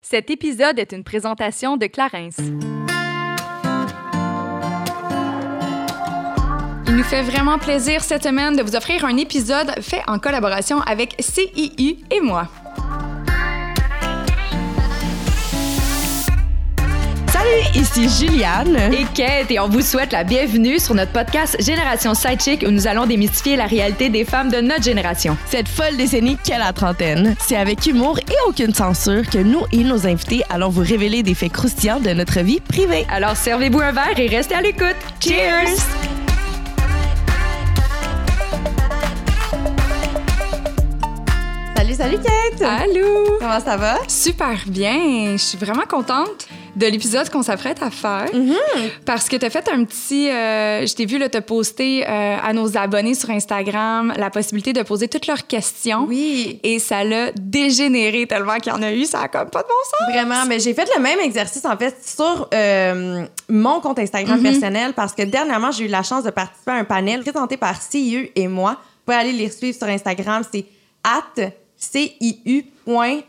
Cet épisode est une présentation de Clarins. Il nous fait vraiment plaisir cette semaine de vous offrir un épisode fait en collaboration avec CIU et moi. Salut, ici Juliane et Kate et on vous souhaite la bienvenue sur notre podcast Génération Sidechick où nous allons démystifier la réalité des femmes de notre génération. Cette folle décennie qu'est la trentaine. C'est avec humour et aucune censure que nous et nos invités allons vous révéler des faits croustillants de notre vie privée. Alors servez-vous un verre et restez à l'écoute. Cheers! Salut Kate! Allô! Comment ça va? Super bien! Je suis vraiment contente de l'épisode qu'on s'apprête à faire parce que tu as fait un petit... je t'ai vu te poster à nos abonnés sur Instagram la possibilité de poser toutes leurs questions. Oui. Et ça l'a dégénéré tellement qu'il y en a eu. Ça a comme pas de bon sens. Vraiment. Mais j'ai fait le même exercice, en fait, sur mon compte Instagram personnel parce que dernièrement, j'ai eu la chance de participer à un panel présenté par CIU et moi. Vous pouvez aller les suivre sur Instagram. C'est @ciu.et.moi.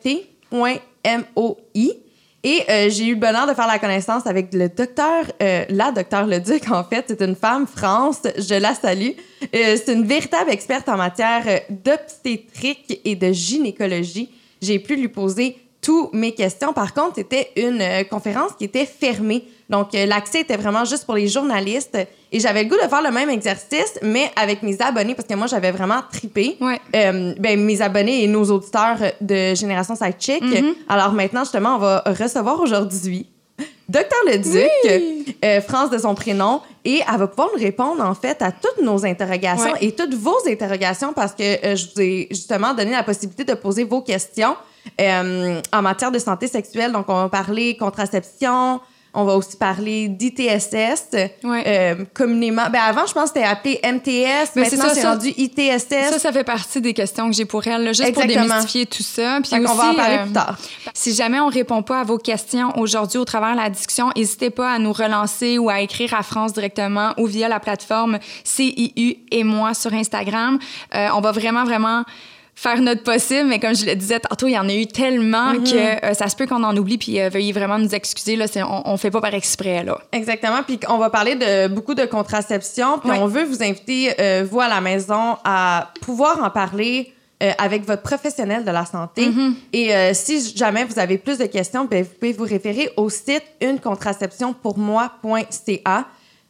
Et j'ai eu le bonheur de faire la connaissance avec la docteure Leduc, en fait. C'est une femme, France, je la salue. C'est une véritable experte en matière d'obstétrique et de gynécologie. J'ai pu lui poser toutes mes questions. Par contre, c'était une conférence qui était fermée. Donc, l'accès était vraiment juste pour les journalistes. Et j'avais le goût de faire le même exercice, mais avec mes abonnés, parce que moi, j'avais vraiment trippé. Ouais. Mes abonnés et nos auditeurs de Génération Sidechick. Alors maintenant, justement, on va recevoir aujourd'hui Dr. Leduc, France de son prénom, et elle va pouvoir nous répondre, en fait, à toutes nos interrogations et toutes vos interrogations, parce que je vous ai justement donné la possibilité de poser vos questions en matière de santé sexuelle. Donc, on va parler contraception. On va aussi parler d'ITSS, communément. Avant, je pense que c'était appelé MTS. Mais maintenant, c'est rendu ITSS. Ça fait partie des questions que j'ai pour elle, là, juste pour démystifier tout ça. Puis aussi, on va en parler plus tard. Si jamais on répond pas à vos questions aujourd'hui au travers de la discussion, n'hésitez pas à nous relancer ou à écrire à France directement ou via la plateforme CIU et moi sur Instagram. On va vraiment faire notre possible, mais comme je le disais tantôt, il y en a eu tellement que ça se peut qu'on en oublie, puis veuillez vraiment nous excuser, là, on fait pas par exprès, là. Exactement, puis on va parler de beaucoup de contraception, puis on veut vous inviter, vous à la maison, à pouvoir en parler avec votre professionnel de la santé. Et si jamais vous avez plus de questions, vous pouvez vous référer au site unecontraceptionpourmoi.ca.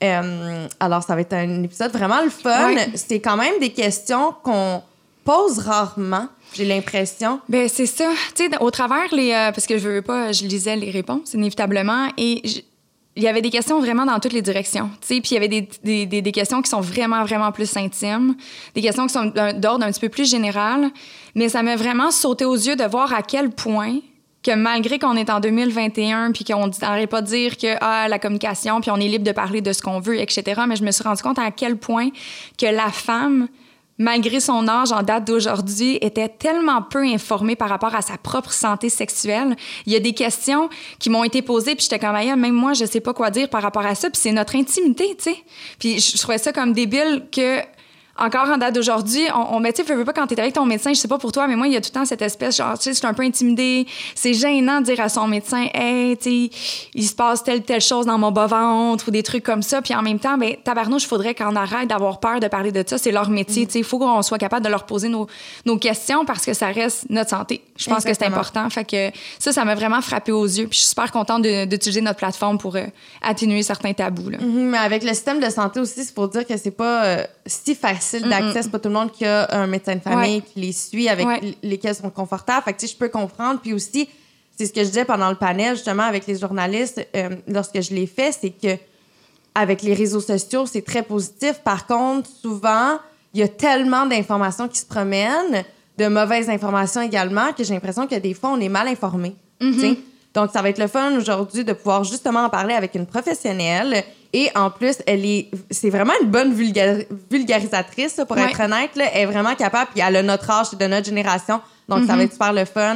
Alors, ça va être un épisode vraiment le fun. C'est quand même des questions qu'on pose rarement, j'ai l'impression. Ben c'est ça. Tu sais, au travers parce que je lisais les réponses, inévitablement, et il y avait des questions vraiment dans toutes les directions. Tu sais, puis il y avait des questions qui sont vraiment plus intimes, des questions qui sont d'ordre un petit peu plus général, mais ça m'a vraiment sauté aux yeux de voir à quel point que malgré qu'on est en 2021 puis qu'on n'arrête pas de dire que la communication puis on est libre de parler de ce qu'on veut, etc., mais je me suis rendu compte à quel point que la femme, malgré son âge en date d'aujourd'hui, était tellement peu informée par rapport à sa propre santé sexuelle. Il y a des questions qui m'ont été posées, puis j'étais comme, même moi, je sais pas quoi dire par rapport à ça, puis c'est notre intimité, tu sais. Puis je trouvais ça comme débile que, encore en date d'aujourd'hui, mais tu sais, veux pas quand t'es avec ton médecin, je sais pas pour toi, mais moi, il y a tout le temps cette espèce, genre, tu sais, je suis un peu intimidée. C'est gênant de dire à son médecin, hey, tu sais, il se passe telle chose dans mon bas-ventre ou des trucs comme ça. Puis en même temps, tabarnouche, il faudrait qu'on arrête d'avoir peur de parler de ça. C'est leur métier, tu sais. Il faut qu'on soit capable de leur poser nos questions parce que ça reste notre santé. Je pense que c'est important. Fait que ça m'a vraiment frappé aux yeux. Puis je suis super contente d'utiliser notre plateforme pour atténuer certains tabous, là. Mais avec le système de santé aussi, c'est pour dire que c'est pas si facile d'accès. C'est pas tout le monde qui a un médecin de famille qui les suit, avec lesquels ils sont confortables. Fait que, tu sais, je peux comprendre. Puis aussi, c'est ce que je disais pendant le panel, justement, avec les journalistes, lorsque je l'ai fait, c'est que avec les réseaux sociaux, c'est très positif. Par contre, souvent, il y a tellement d'informations qui se promènent, de mauvaises informations également, que j'ai l'impression que des fois, on est mal informé. Tu sais? Donc, ça va être le fun aujourd'hui de pouvoir justement en parler avec une professionnelle. Et en plus, c'est vraiment une bonne vulgarisatrice, ça, pour être honnête. Là. Elle est vraiment capable, puis elle a notre âge, de notre génération. Donc, ça va être super le fun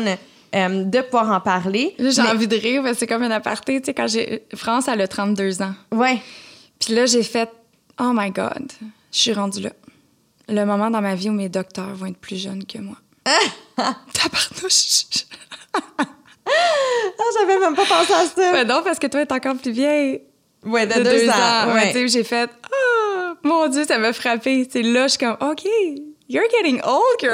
de pouvoir en parler. Là, j'ai envie de rire, parce que c'est comme un aparté. Tu sais, quand France, elle a 32 ans. Ouais. Puis là, j'ai fait « Oh my God, je suis rendue là. Le moment dans ma vie où mes docteurs vont être plus jeunes que moi. » Tabarnouche! même pas pensé à ça. Ben non, parce que toi, t'es encore plus vieille. Ouais, de 2 ans. Ouais. Tu sais, j'ai fait « Ah, mon Dieu, ça m'a frappé. » Tu sais, là, je suis comme « OK, you're getting old, girl. »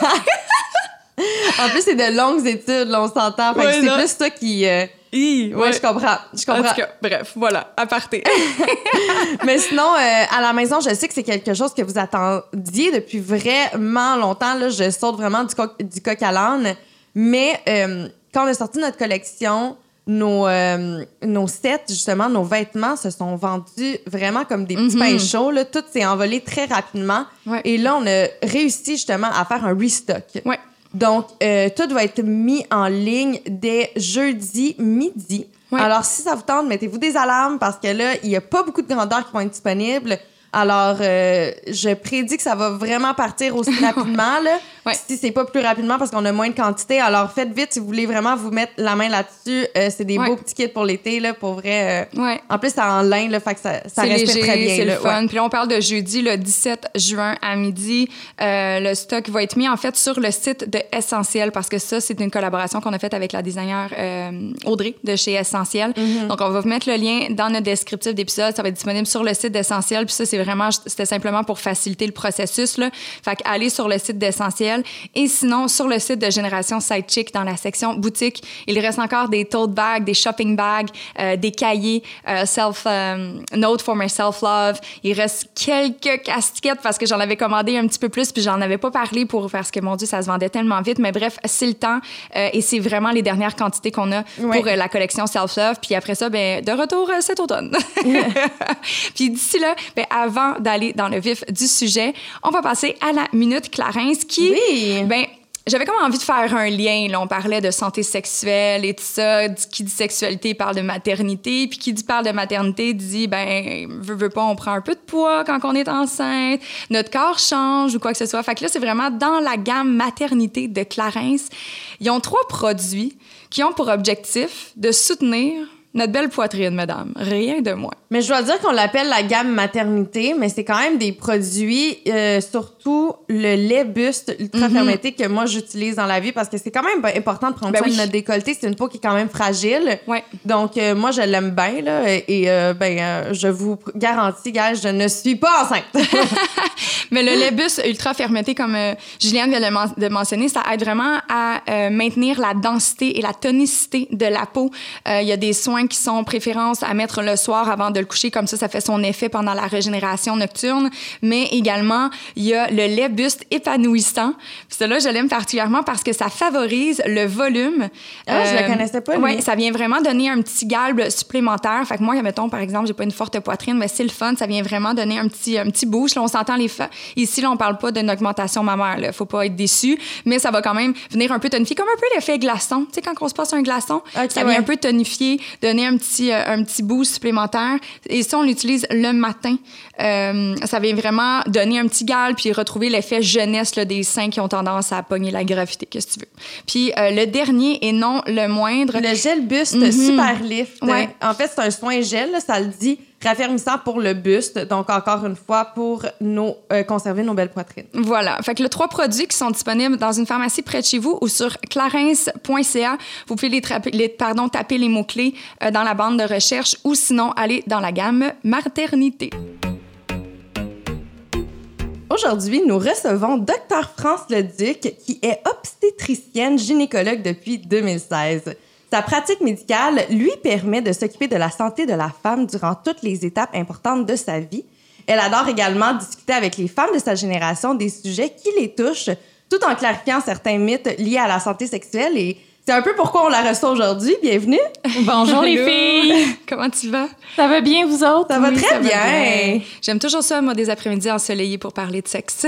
En plus, c'est de longues études, là, on s'entend. Fait que c'est plus ça qui... Ouais, je comprends. En tout cas, bref, voilà, aparté. Mais sinon, à la maison, je sais que c'est quelque chose que vous attendiez depuis vraiment longtemps. Là, je saute vraiment du coq à l'âne. Mais quand on a sorti notre collection, nos sets, justement, nos vêtements se sont vendus vraiment comme des petits pains chauds. Là. Tout s'est envolé très rapidement. Ouais. Et là, on a réussi justement à faire un restock. Ouais. Donc, tout va être mis en ligne dès jeudi midi. Ouais. Alors, si ça vous tente, mettez-vous des alarmes parce que là, il n'y a pas beaucoup de grandeurs qui vont être disponibles. Alors, je prédis que ça va vraiment partir aussi rapidement, là. Ouais. Si c'est pas plus rapidement parce qu'on a moins de quantité. Alors, faites vite si vous voulez vraiment vous mettre la main là-dessus. C'est des beaux petits kits pour l'été, là, pour vrai. En plus, c'est en lin, là, fait que ça respire léger, très bien. C'est là, le fun. Puis là, on parle de jeudi, le 17 juin à midi. Le stock va être mis, en fait, sur le site de Essentiel parce que ça, c'est une collaboration qu'on a faite avec la designer Audrey de chez Essentiel. Donc, on va vous mettre le lien dans notre descriptif d'épisode. Ça va être disponible sur le site d'Essentiel. Puis ça, c'était simplement pour faciliter le processus, là. Fait qu'allez sur le site d'Essentiel. Et sinon, sur le site de Génération Sidechick, dans la section boutique, il reste encore des tote bags, des shopping bags, des cahiers, note for my self-love. Il reste quelques casquettes parce que j'en avais commandé un petit peu plus puis j'en avais pas parlé parce que, mon Dieu, ça se vendait tellement vite. Mais bref, c'est le temps et c'est vraiment les dernières quantités qu'on a pour la collection self-love. Puis après ça, de retour cet automne. Puis d'ici là, avant d'aller dans le vif du sujet, on va passer à la Minute Clarence qui... Oui. J'avais comme envie de faire un lien. Là, on parlait de santé sexuelle et tout ça. Qui dit sexualité parle de maternité. Puis qui dit parle de maternité dit, veut pas, on prend un peu de poids quand on est enceinte. Notre corps change ou quoi que ce soit. Fait que là, c'est vraiment dans la gamme maternité de Clarence. Ils ont 3 produits qui ont pour objectif de soutenir notre belle poitrine, madame. Rien de moins. Mais je dois dire qu'on l'appelle la gamme maternité, mais c'est quand même des produits, surtout le lait buste ultra fermenté que moi, j'utilise dans la vie parce que c'est quand même important de prendre soin de notre décolleté. C'est une peau qui est quand même fragile. Ouais. Donc, moi, je l'aime bien, là. Et, je vous garantis, gars, je ne suis pas enceinte. Mais le lait buste ultra fermenté, comme Juliane vient de mentionner, ça aide vraiment à maintenir la densité et la tonicité de la peau. Il y a des soins qui sont préférence à mettre le soir avant de le coucher, comme ça fait son effet pendant la régénération nocturne. Mais également, il y a le lait buste épanouissant. Puis ça, là, je l'aime particulièrement parce que ça favorise le volume. Ah, je le connaissais pas, lui. Oui, ça vient vraiment donner un petit galbe supplémentaire. Fait que moi, mettons, par exemple, j'ai pas une forte poitrine, mais c'est le fun. Ça vient vraiment donner un petit boost. Là, on s'entend ici, là, on parle pas d'une augmentation mammaire, là. Faut pas être déçu. Mais ça va quand même venir un peu tonifier, comme un peu l'effet glaçon. Tu sais, quand on se passe un glaçon, ça vient un peu tonifier, donner un petit boost supplémentaire. Et si on l'utilise le matin, ça vient vraiment donner un petit galbe puis retrouver l'effet jeunesse là, des seins qui ont tendance à pogner la gravité, qu'est-ce que tu veux. Puis le dernier et non le moindre... Le gel buste Super Lift. Ouais. En fait, c'est un soin gel, là, ça le dit, raffermissant pour le buste. Donc, encore une fois, pour conserver nos belles poitrines. Voilà. Fait que les 3 produits qui sont disponibles dans une pharmacie près de chez vous ou sur clarence.ca, vous pouvez taper les mots-clés dans la bande de recherche ou sinon aller dans la gamme maternité. Aujourd'hui, nous recevons Dr. France Leduc, qui est obstétricienne gynécologue depuis 2016. Sa pratique médicale lui permet de s'occuper de la santé de la femme durant toutes les étapes importantes de sa vie. Elle adore également discuter avec les femmes de sa génération des sujets qui les touchent, tout en clarifiant certains mythes liés à la santé sexuelle. Et c'est un peu pourquoi on la reçoit aujourd'hui. Bienvenue! Bonjour les filles! Comment tu vas? Ça va bien, vous autres? Ça va très bien! J'aime toujours ça, moi, des après-midi ensoleillés pour parler de sexe.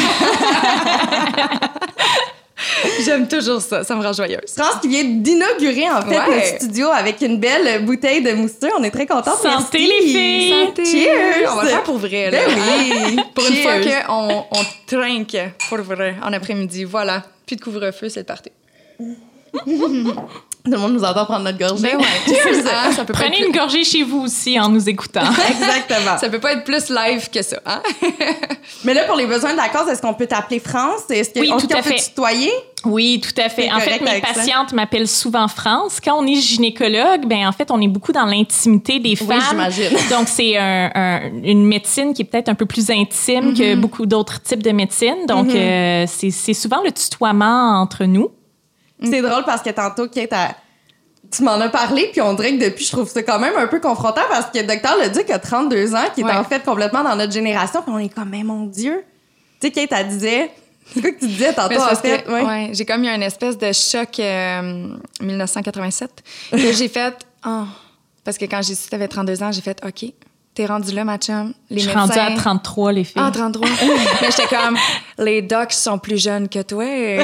J'aime toujours ça, ça me rend joyeuse. France qui vient d'inaugurer, en fait, notre studio avec une belle bouteille de mousseux. On est très contents. Santé, les filles! Santé! Cheers! On va le faire pour vrai, là. Ben oui! Pour une fois qu'on trinque pour vrai en après-midi. Voilà. Plus de couvre-feu, c'est le party. Tout le monde nous entend prendre notre gorgée. Ben ouais. Ça peut Prenez une gorgée chez vous aussi en nous écoutant. Exactement. Ça peut pas être plus live que ça. Hein? Mais là, pour les besoins de la cause, est-ce qu'on peut t'appeler France? Est-ce qu'on peut tutoyer? Oui, tout à fait. En fait, mes patientes m'appellent souvent France. Quand on est gynécologue, ben en fait, on est beaucoup dans l'intimité des femmes. Oui, j'imagine. Donc, c'est une médecine qui est peut-être un peu plus intime que beaucoup d'autres types de médecine. Donc, c'est souvent le tutoiement entre nous. C'est drôle parce que tantôt, Kate, tu m'en as parlé, puis on dirait que depuis, je trouve ça quand même un peu confrontant parce que le docteur Leduc a 32 ans, qui est en fait complètement dans notre génération, puis on est comme, mais mon Dieu. Tu sais, Kate, elle disait... C'est quoi que tu disais tantôt, en fait? Ouais, j'ai comme eu une espèce de choc 1987 que j'ai fait... parce que quand j'ai su que t'avais 32 ans, j'ai fait, OK, t'es rendu là, ma chum. Je suis rendue à 33, les filles. 33. Mais j'étais comme, les docs sont plus jeunes que toi.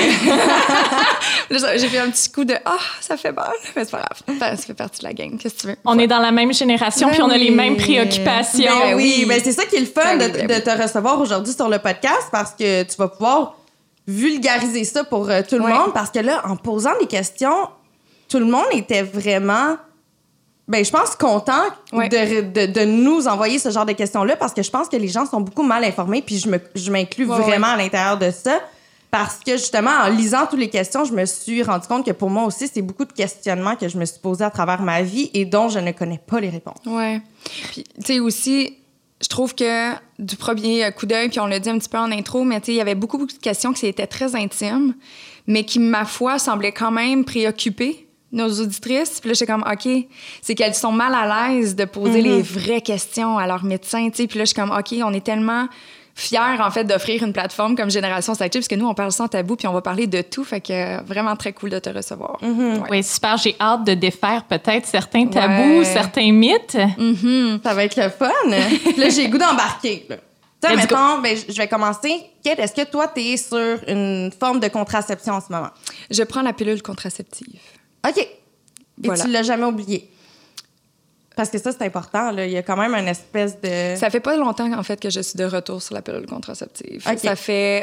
Là, j'ai fait un petit coup de, ça fait mal. Mais c'est pas grave. Ça fait partie de la gang. Qu'est-ce que tu veux? On est dans la même génération, puis on a les mêmes préoccupations. Ben c'est ça qui est le fun de te recevoir aujourd'hui sur le podcast parce que tu vas pouvoir vulgariser ça pour tout le monde. Parce que là, en posant des questions, tout le monde était vraiment... Ben, je pense content de nous envoyer ce genre de questions-là parce que je pense que les gens sont beaucoup mal informés puis je m'inclus vraiment à l'intérieur de ça parce que, justement, en lisant toutes les questions, je me suis rendu compte que pour moi aussi, c'est beaucoup de questionnements que je me suis posés à travers ma vie et dont je ne connais pas les réponses. Ouais. Puis, tu sais, aussi, je trouve que du premier coup d'œil, puis on l'a dit un petit peu en intro, mais tu sais, il y avait beaucoup de questions qui étaient très intimes, mais qui, ma foi, semblaient quand même préoccuper nos auditrices. Puis là, j'étais comme, OK, c'est qu'elles sont mal à l'aise de poser les vraies questions à leur médecin, tu sais. Puis là, je suis comme, OK, on est tellement fiers, en fait, d'offrir une plateforme comme Génération Sacrée, parce que nous, on parle sans tabou, puis on va parler de tout. Fait que vraiment très cool de te recevoir. Oui, super. J'ai hâte de défaire peut-être certains tabous, certains mythes. Ça va être le fun. Là, j'ai le goût d'embarquer. Tu sais, mettons, je vais commencer. Kate, est-ce que toi, t'es sur une forme de contraception en ce moment? Je prends la pilule contraceptive. OK. Et voilà. Tu l'as jamais oublié? Parce que ça, c'est important. Là. Il y a quand même une espèce de... Ça fait pas longtemps, en fait, que je suis de retour sur la pilule contraceptive. Okay. Ça fait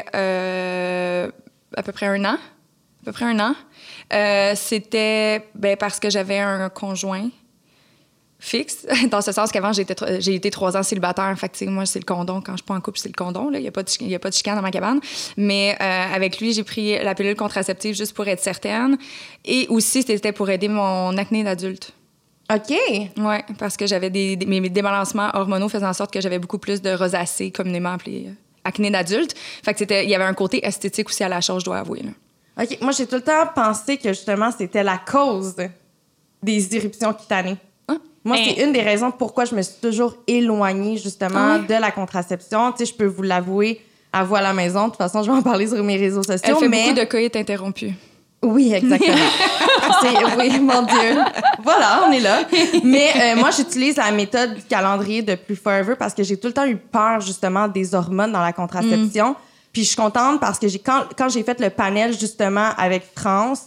à peu près un an. C'était parce que j'avais un conjoint fixe, dans ce sens qu'avant, j'ai été 3 ans célibataire. Fait que, moi, c'est le condom. Quand je suis pas en couple, c'est le condom. Il n'y a pas de chicane dans ma cabane. Mais avec lui, j'ai pris la pilule contraceptive juste pour être certaine. Et aussi, c'était pour aider mon acné d'adulte. OK. Oui, parce que j'avais mes débalancements hormonaux faisaient en sorte que j'avais beaucoup plus de rosacée, communément appelée acné d'adulte. Fait que il y avait un côté esthétique aussi à la chose, je dois avouer. Là. OK. Moi, j'ai tout le temps pensé que, justement, c'était la cause des éruptions cutanées. Moi, c'est une des raisons pourquoi je me suis toujours éloignée, justement, de la contraception. Tu sais, je peux vous l'avouer à vous à la maison. De toute façon, je vais en parler sur mes réseaux sociaux. Elle fait beaucoup de coït interrompu. Oui, exactement. Oui, mon Dieu. Voilà, on est là. Mais moi, j'utilise la méthode du calendrier de Plus Forever parce que j'ai tout le temps eu peur, justement, des hormones dans la contraception. Puis je suis contente parce que quand j'ai fait le panel, justement, avec France...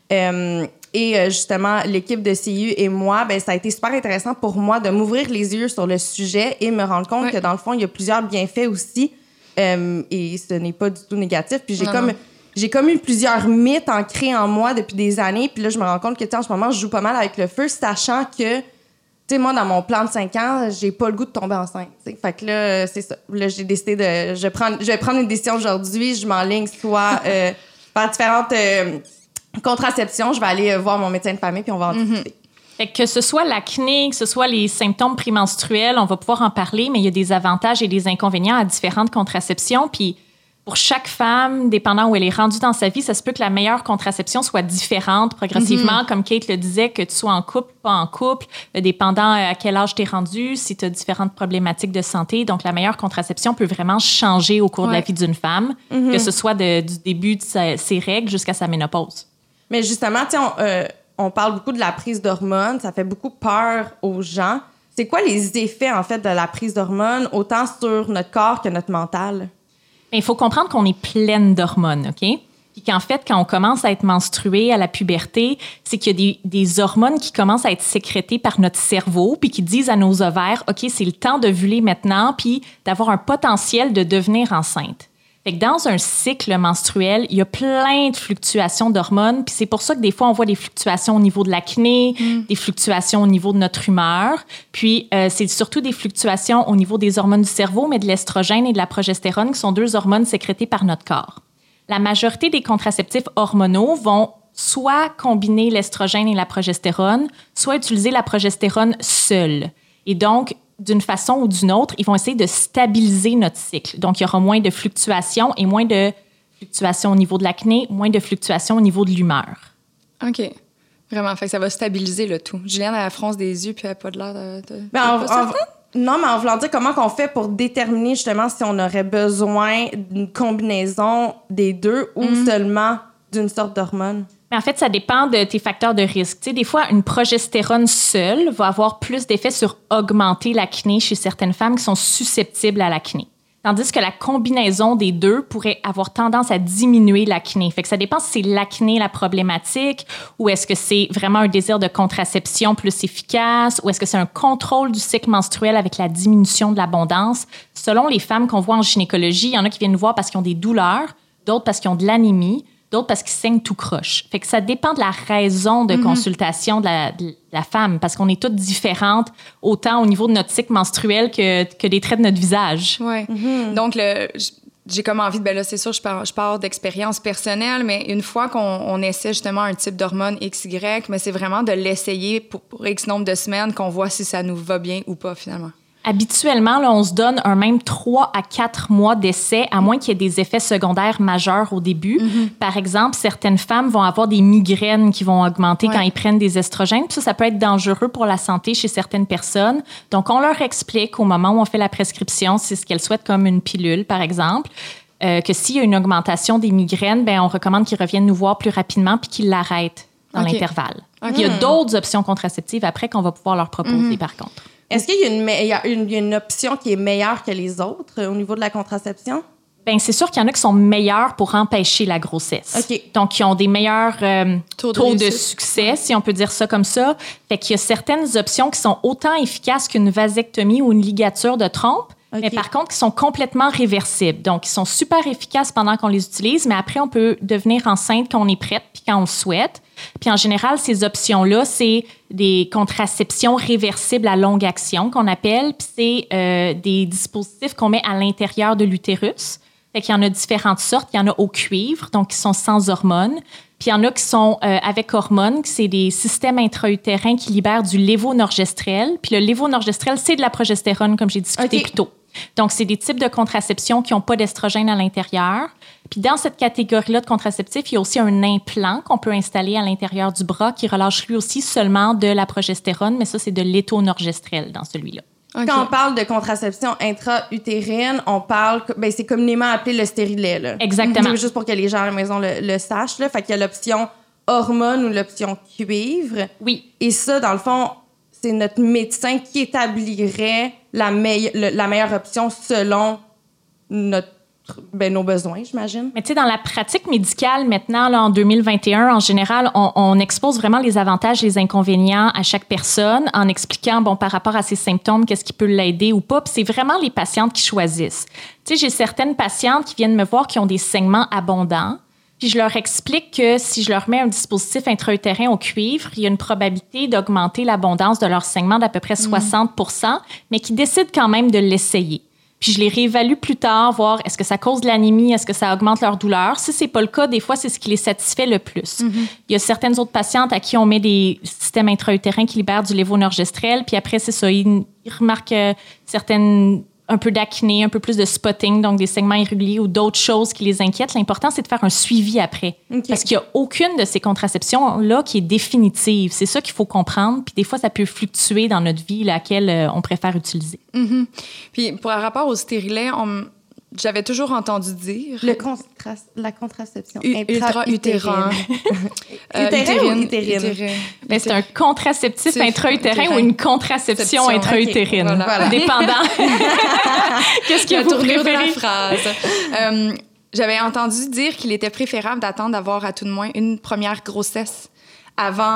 et justement, l'équipe de CIU et moi, ça a été super intéressant pour moi de m'ouvrir les yeux sur le sujet et me rendre compte que, dans le fond, il y a plusieurs bienfaits aussi. Et ce n'est pas du tout négatif. Puis j'ai comme eu plusieurs mythes ancrés en moi depuis des années. Puis là, je me rends compte que, en ce moment, je joue pas mal avec le feu, sachant que, tu sais, moi, dans mon plan de 5 ans, j'ai pas le goût de tomber enceinte. T'sais. Fait que là, c'est ça. Là, j'ai décidé je vais prendre une décision aujourd'hui. Je m'enligne soit par différentes... contraception, je vais aller voir mon médecin de famille puis on va en discuter. Que ce soit l'acné, que ce soit les symptômes prémenstruels, on va pouvoir en parler, mais il y a des avantages et des inconvénients à différentes contraceptions. Puis pour chaque femme, dépendant où elle est rendue dans sa vie, ça se peut que la meilleure contraception soit différente progressivement. Comme Kate le disait, que tu sois en couple, pas en couple, dépendant à quel âge tu es rendu, si tu as différentes problématiques de santé. Donc, la meilleure contraception peut vraiment changer au cours de la vie d'une femme, que ce soit du début de ses règles jusqu'à sa ménopause. Mais justement, on parle beaucoup de la prise d'hormones. Ça fait beaucoup peur aux gens. C'est quoi les effets, en fait, de la prise d'hormones, autant sur notre corps que notre mental? Il faut comprendre qu'on est pleine d'hormones, OK? Puis qu'en fait, quand on commence à être menstruée à la puberté, c'est qu'il y a des hormones qui commencent à être sécrétées par notre cerveau puis qui disent à nos ovaires, OK, c'est le temps d'ovuler maintenant puis d'avoir un potentiel de devenir enceinte. Fait que dans un cycle menstruel, il y a plein de fluctuations d'hormones, puis c'est pour ça que des fois, on voit des fluctuations au niveau de l'acné, des fluctuations au niveau de notre humeur, puis c'est surtout des fluctuations au niveau des hormones du cerveau, mais de l'estrogène et de la progestérone, qui sont 2 hormones sécrétées par notre corps. La majorité des contraceptifs hormonaux vont soit combiner l'estrogène et la progestérone, soit utiliser la progestérone seule. Et donc, d'une façon ou d'une autre, ils vont essayer de stabiliser notre cycle. Donc, il y aura moins de fluctuations et moins de fluctuations au niveau de l'acné, moins de fluctuations au niveau de l'humeur. OK. Vraiment, fait que ça va stabiliser le tout. Juliane, elle fronce des yeux puis elle n'a pas de l'air de... Non, mais en voulant dire comment on fait pour déterminer justement si on aurait besoin d'une combinaison des deux ou seulement d'une sorte d'hormone. Mais en fait, ça dépend de tes facteurs de risque. Tu sais, des fois, une progestérone seule va avoir plus d'effet sur augmenter l'acné chez certaines femmes qui sont susceptibles à l'acné. Tandis que la combinaison des deux pourrait avoir tendance à diminuer l'acné. Fait que ça dépend si c'est l'acné la problématique ou est-ce que c'est vraiment un désir de contraception plus efficace ou est-ce que c'est un contrôle du cycle menstruel avec la diminution de l'abondance. Selon les femmes qu'on voit en gynécologie, il y en a qui viennent nous voir parce qu'ils ont des douleurs, d'autres parce qu'ils ont de l'anémie, d'autres parce qu'ils saignent tout croche. Fait que ça dépend de la raison de consultation de la femme, parce qu'on est toutes différentes, autant au niveau de notre cycle menstruel que des traits de notre visage. Oui. Donc, j'ai comme envie de... Ben là, c'est sûr, je pars d'expérience personnelle, mais une fois qu'on essaie justement un type d'hormone XY, mais c'est vraiment de l'essayer pour X nombre de semaines qu'on voit si ça nous va bien ou pas, finalement. Habituellement, là, on se donne un même 3 à 4 mois d'essai, à moins qu'il y ait des effets secondaires majeurs au début. Par exemple, certaines femmes vont avoir des migraines qui vont augmenter quand ils prennent des estrogènes. Puis ça peut être dangereux pour la santé chez certaines personnes. Donc, on leur explique au moment où on fait la prescription, c'est ce qu'elles souhaitent comme une pilule, par exemple, que s'il y a une augmentation des migraines, ben on recommande qu'ils reviennent nous voir plus rapidement puis qu'ils l'arrêtent dans l'intervalle. Il y a d'autres options contraceptives après qu'on va pouvoir leur proposer, par contre. Est-ce qu'il y a une option qui est meilleure que les autres au niveau de la contraception? Bien, c'est sûr qu'il y en a qui sont meilleurs pour empêcher la grossesse. Okay. Donc, qui ont des meilleurs taux de succès, si on peut dire ça comme ça. Fait qu'il y a certaines options qui sont autant efficaces qu'une vasectomie ou une ligature de trompe, mais par contre, qui sont complètement réversibles. Donc, ils sont super efficaces pendant qu'on les utilise, mais après, on peut devenir enceinte quand on est prête puis quand on le souhaite. Puis en général, ces options-là, c'est des contraceptions réversibles à longue action qu'on appelle. Puis c'est des dispositifs qu'on met à l'intérieur de l'utérus. Fait qu'il y en a différentes sortes. Il y en a au cuivre, donc qui sont sans hormones. Puis il y en a qui sont avec hormones, c'est des systèmes intra-utérins qui libèrent du lévonorgestrel. Puis le lévonorgestrel, c'est de la progestérone, comme j'ai discuté plus tôt. Donc, c'est des types de contraception qui n'ont pas d'estrogène à l'intérieur. Puis dans cette catégorie-là de contraceptifs, il y a aussi un implant qu'on peut installer à l'intérieur du bras qui relâche lui aussi seulement de la progestérone, mais ça, c'est de l'étonorgestrel dans celui-là. Okay. Quand on parle de contraception intra-utérine, on parle... Ben, c'est communément appelé le stérilet, là. Exactement. Juste pour que les gens à la maison le sachent, là. Fait qu'il y a l'option hormone ou l'option cuivre. Oui. Et ça, dans le fond, c'est notre médecin qui établirait la meilleure option selon nos besoins, j'imagine. Mais tu sais, dans la pratique médicale, maintenant, là, en 2021, en général, on expose vraiment les avantages et les inconvénients à chaque personne en expliquant, par rapport à ses symptômes, qu'est-ce qui peut l'aider ou pas. Puis c'est vraiment les patientes qui choisissent. Tu sais, j'ai certaines patientes qui viennent me voir qui ont des saignements abondants. Puis je leur explique que si je leur mets un dispositif intra-utérin au cuivre, il y a une probabilité d'augmenter l'abondance de leur saignement d'à peu près 60 %, mais qui décident quand même de l'essayer. Puis je les réévalue plus tard, voir est-ce que ça cause de l'anémie, est-ce que ça augmente leur douleur. Si c'est pas le cas, des fois, c'est ce qui les satisfait le plus. Il y a certaines autres patientes à qui on met des systèmes intra-utérins qui libèrent du lévonorgestrel, puis après, c'est ça, ils remarquent un peu d'acné, un peu plus de spotting, donc des saignements irréguliers ou d'autres choses qui les inquiètent. L'important, c'est de faire un suivi après. Parce qu'il n'y a aucune de ces contraceptions-là qui est définitive. C'est ça qu'il faut comprendre. Puis des fois, ça peut fluctuer dans notre vie laquelle on préfère utiliser. Puis pour un rapport au stérilet, j'avais toujours entendu dire... La contraception intra-utérin. Utérine. Mais c'est un contraceptif intra-utérin ou une contraception intra-utérine. Okay. Voilà. Dépendant. Qu'est-ce que vous préférez? De la phrase. J'avais entendu dire qu'il était préférable d'attendre d'avoir à tout de moins une première grossesse avant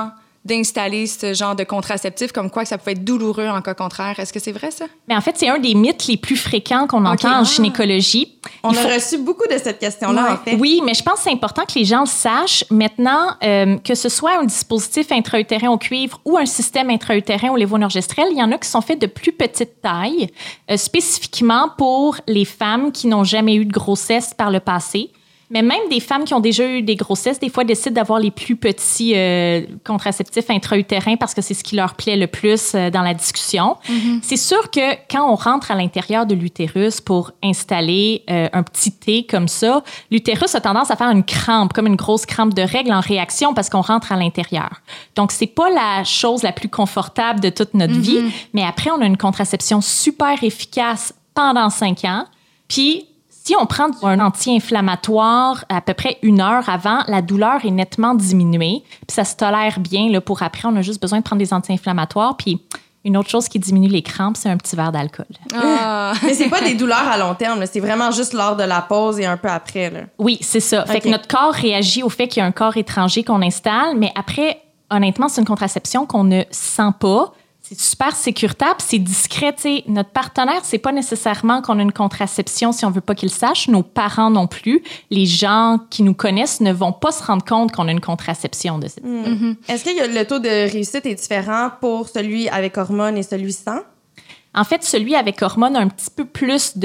d'installer ce genre de contraceptif, comme quoi que ça pouvait être douloureux en cas contraire. Est-ce que c'est vrai, ça? Mais en fait, c'est un des mythes les plus fréquents qu'on entend en gynécologie. On a reçu beaucoup de cette question-là, en fait. Oui, mais je pense que c'est important que les gens le sachent. Maintenant, que ce soit un dispositif intra-utérin au cuivre ou un système intra-utérin au lévonorgestrel, il y en a qui sont faits de plus petite taille, spécifiquement pour les femmes qui n'ont jamais eu de grossesse par le passé. Mais même des femmes qui ont déjà eu des grossesses, des fois, décident d'avoir les plus petits contraceptifs intra-utérins parce que c'est ce qui leur plaît le plus dans la discussion. Mm-hmm. C'est sûr que quand on rentre à l'intérieur de l'utérus pour installer un petit T comme ça, l'utérus a tendance à faire une crampe, comme une grosse crampe de règle en réaction parce qu'on rentre à l'intérieur. Donc, c'est pas la chose la plus confortable de toute notre vie, mais après, on a une contraception super efficace pendant 5 ans. Puis, si on prend un anti-inflammatoire à peu près 1 heure avant, la douleur est nettement diminuée. Puis ça se tolère bien. Là, pour après, on a juste besoin de prendre des anti-inflammatoires. Puis une autre chose qui diminue les crampes, c'est un petit verre d'alcool. Ah. Mais c'est pas des douleurs à long terme. Là. C'est vraiment juste lors de la pause et un peu après. Là. Oui, c'est ça. Fait que notre corps réagit au fait qu'il y a un corps étranger qu'on installe. Mais après, honnêtement, c'est une contraception qu'on ne sent pas. C'est super sécuritaire, c'est discret. T'sais. Notre partenaire, c'est pas nécessairement qu'on a une contraception si on veut pas qu'il le sache. Nos parents non plus. Les gens qui nous connaissent ne vont pas se rendre compte qu'on a une contraception de cette type. Est-ce que le taux de réussite est différent pour celui avec hormones et celui sans? En fait, celui avec hormones a un petit peu plus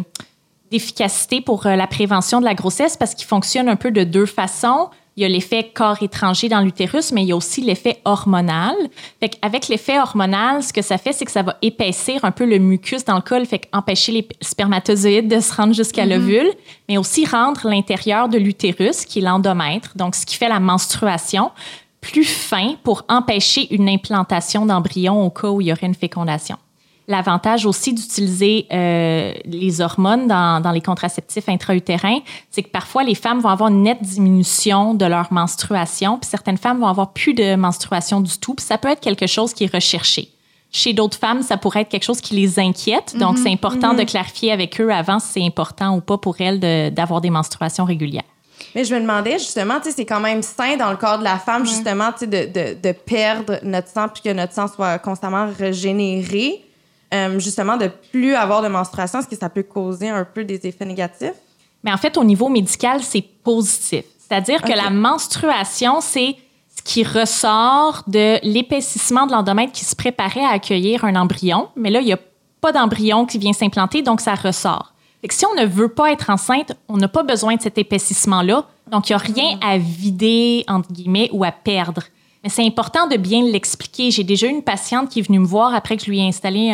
d'efficacité pour la prévention de la grossesse parce qu'il fonctionne un peu de 2 façons. Il y a l'effet corps étranger dans l'utérus, mais il y a aussi l'effet hormonal. Fait qu'avec l'effet hormonal, ce que ça fait, c'est que ça va épaissir un peu le mucus dans le col, fait qu'empêcher les spermatozoïdes de se rendre jusqu'à l'ovule, mais aussi rendre l'intérieur de l'utérus, qui est l'endomètre, donc ce qui fait la menstruation, plus fin pour empêcher une implantation d'embryon au cas où il y aurait une fécondation. L'avantage aussi d'utiliser les hormones dans les contraceptifs intra-utérins, c'est que parfois, les femmes vont avoir une nette diminution de leur menstruation, puis certaines femmes vont avoir plus de menstruation du tout, puis ça peut être quelque chose qui est recherché. Chez d'autres femmes, ça pourrait être quelque chose qui les inquiète, donc c'est important de clarifier avec eux avant si c'est important ou pas pour elles d'avoir des menstruations régulières. Mais je me demandais, justement, tu sais, c'est quand même sain dans le corps de la femme, justement, tu sais, de perdre notre sang puis que notre sang soit constamment régénéré. Justement, de plus avoir de menstruation, est-ce que ça peut causer un peu des effets négatifs? Mais en fait, au niveau médical, c'est positif. C'est-à-dire que la menstruation, c'est ce qui ressort de l'épaississement de l'endomètre qui se préparait à accueillir un embryon. Mais là, il n'y a pas d'embryon qui vient s'implanter, donc ça ressort. Fait que si on ne veut pas être enceinte, on n'a pas besoin de cet épaississement-là. Donc, il n'y a rien à vider, entre guillemets, ou à perdre. Mais c'est important de bien l'expliquer. J'ai déjà eu une patiente qui est venue me voir après que je lui ai installé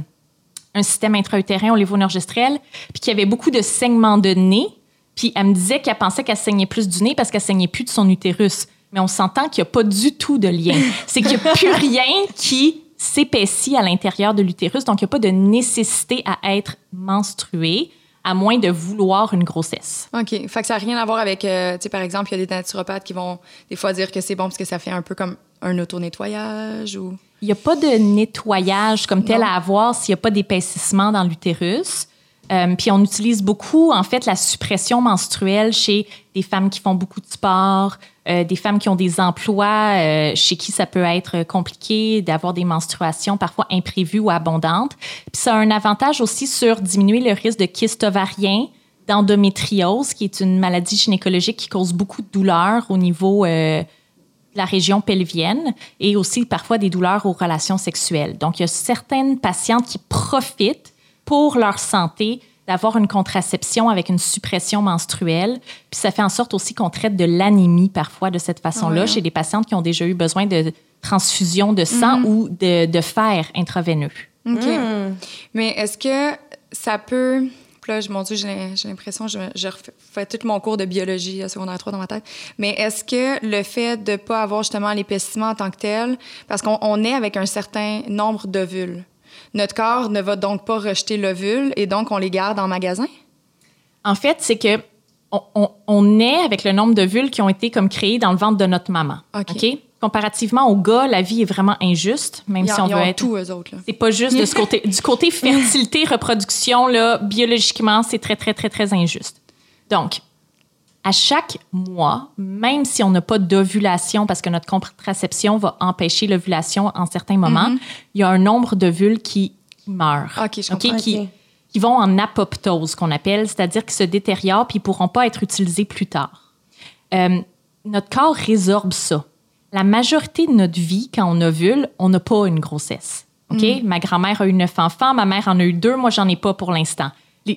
un système intra-utérin au lévonorgestrel, puis qui avait beaucoup de saignements de nez. Puis elle me disait qu'elle pensait qu'elle saignait plus du nez parce qu'elle saignait plus de son utérus. Mais on s'entend qu'il n'y a pas du tout de lien. C'est qu'il n'y a plus rien qui s'épaissit à l'intérieur de l'utérus. Donc, il n'y a pas de nécessité à être menstruée, à moins de vouloir une grossesse. OK. Fait que ça n'a rien à voir avec, tu sais, par exemple, il y a des naturopathes qui vont des fois dire que c'est bon parce que ça fait un peu comme un auto-nettoyage ou... Il n'y a pas de nettoyage comme tel à avoir s'il n'y a pas d'épaississement dans l'utérus. Puis on utilise beaucoup, en fait, la suppression menstruelle chez des femmes qui font beaucoup de sport, des femmes qui ont des emplois chez qui ça peut être compliqué d'avoir des menstruations parfois imprévues ou abondantes. Puis ça a un avantage aussi sur diminuer le risque de kyste ovarien, d'endométriose, qui est une maladie gynécologique qui cause beaucoup de douleurs au niveau de la région pelvienne et aussi parfois des douleurs aux relations sexuelles. Donc, il y a certaines patientes qui profitent pour leur santé d'avoir une contraception avec une suppression menstruelle. Puis ça fait en sorte aussi qu'on traite de l'anémie parfois de cette façon-là chez des patientes qui ont déjà eu besoin de transfusion de sang ou de fer intraveineux. OK. Mais est-ce que ça peut... Là, mon Dieu, j'ai l'impression que je refais tout mon cours de biologie à secondaire 3 dans ma tête. Mais est-ce que le fait de ne pas avoir justement l'épaississement en tant que tel, parce qu'on est avec un certain nombre d'ovules, notre corps ne va donc pas rejeter l'ovule et donc on les garde en magasin? En fait, c'est que on est avec le nombre d'ovules qui ont été comme créés dans le ventre de notre maman. OK? Comparativement aux gars, la vie est vraiment injuste, même si on veut être... tout, eux autres. Là. C'est pas juste de ce côté... Du côté fertilité, reproduction, là, biologiquement, c'est très, très, très, très injuste. Donc, À chaque mois, même si on n'a pas d'ovulation, parce que notre contraception va empêcher l'ovulation en certains moments, il y a un nombre d'ovules qui meurent. OK, je comprends. Qui vont en apoptose, qu'on appelle, c'est-à-dire qu'ils se détériorent puis ils ne pourront pas être utilisés plus tard. Notre corps résorbe ça. La majorité de notre vie, quand on ovule, on n'a pas une grossesse. OK? Ma grand-mère a eu 9 enfants, ma mère en a eu 2, moi, j'en ai pas pour l'instant.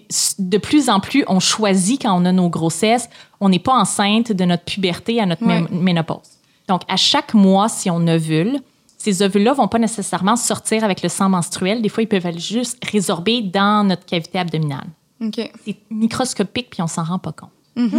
De plus en plus, on choisit quand on a nos grossesses. On n'est pas enceinte de notre puberté à notre ménopause. Donc, à chaque mois, si on ovule, ces ovules-là ne vont pas nécessairement sortir avec le sang menstruel. Des fois, ils peuvent aller juste résorber dans notre cavité abdominale. OK. C'est microscopique, puis on s'en rend pas compte.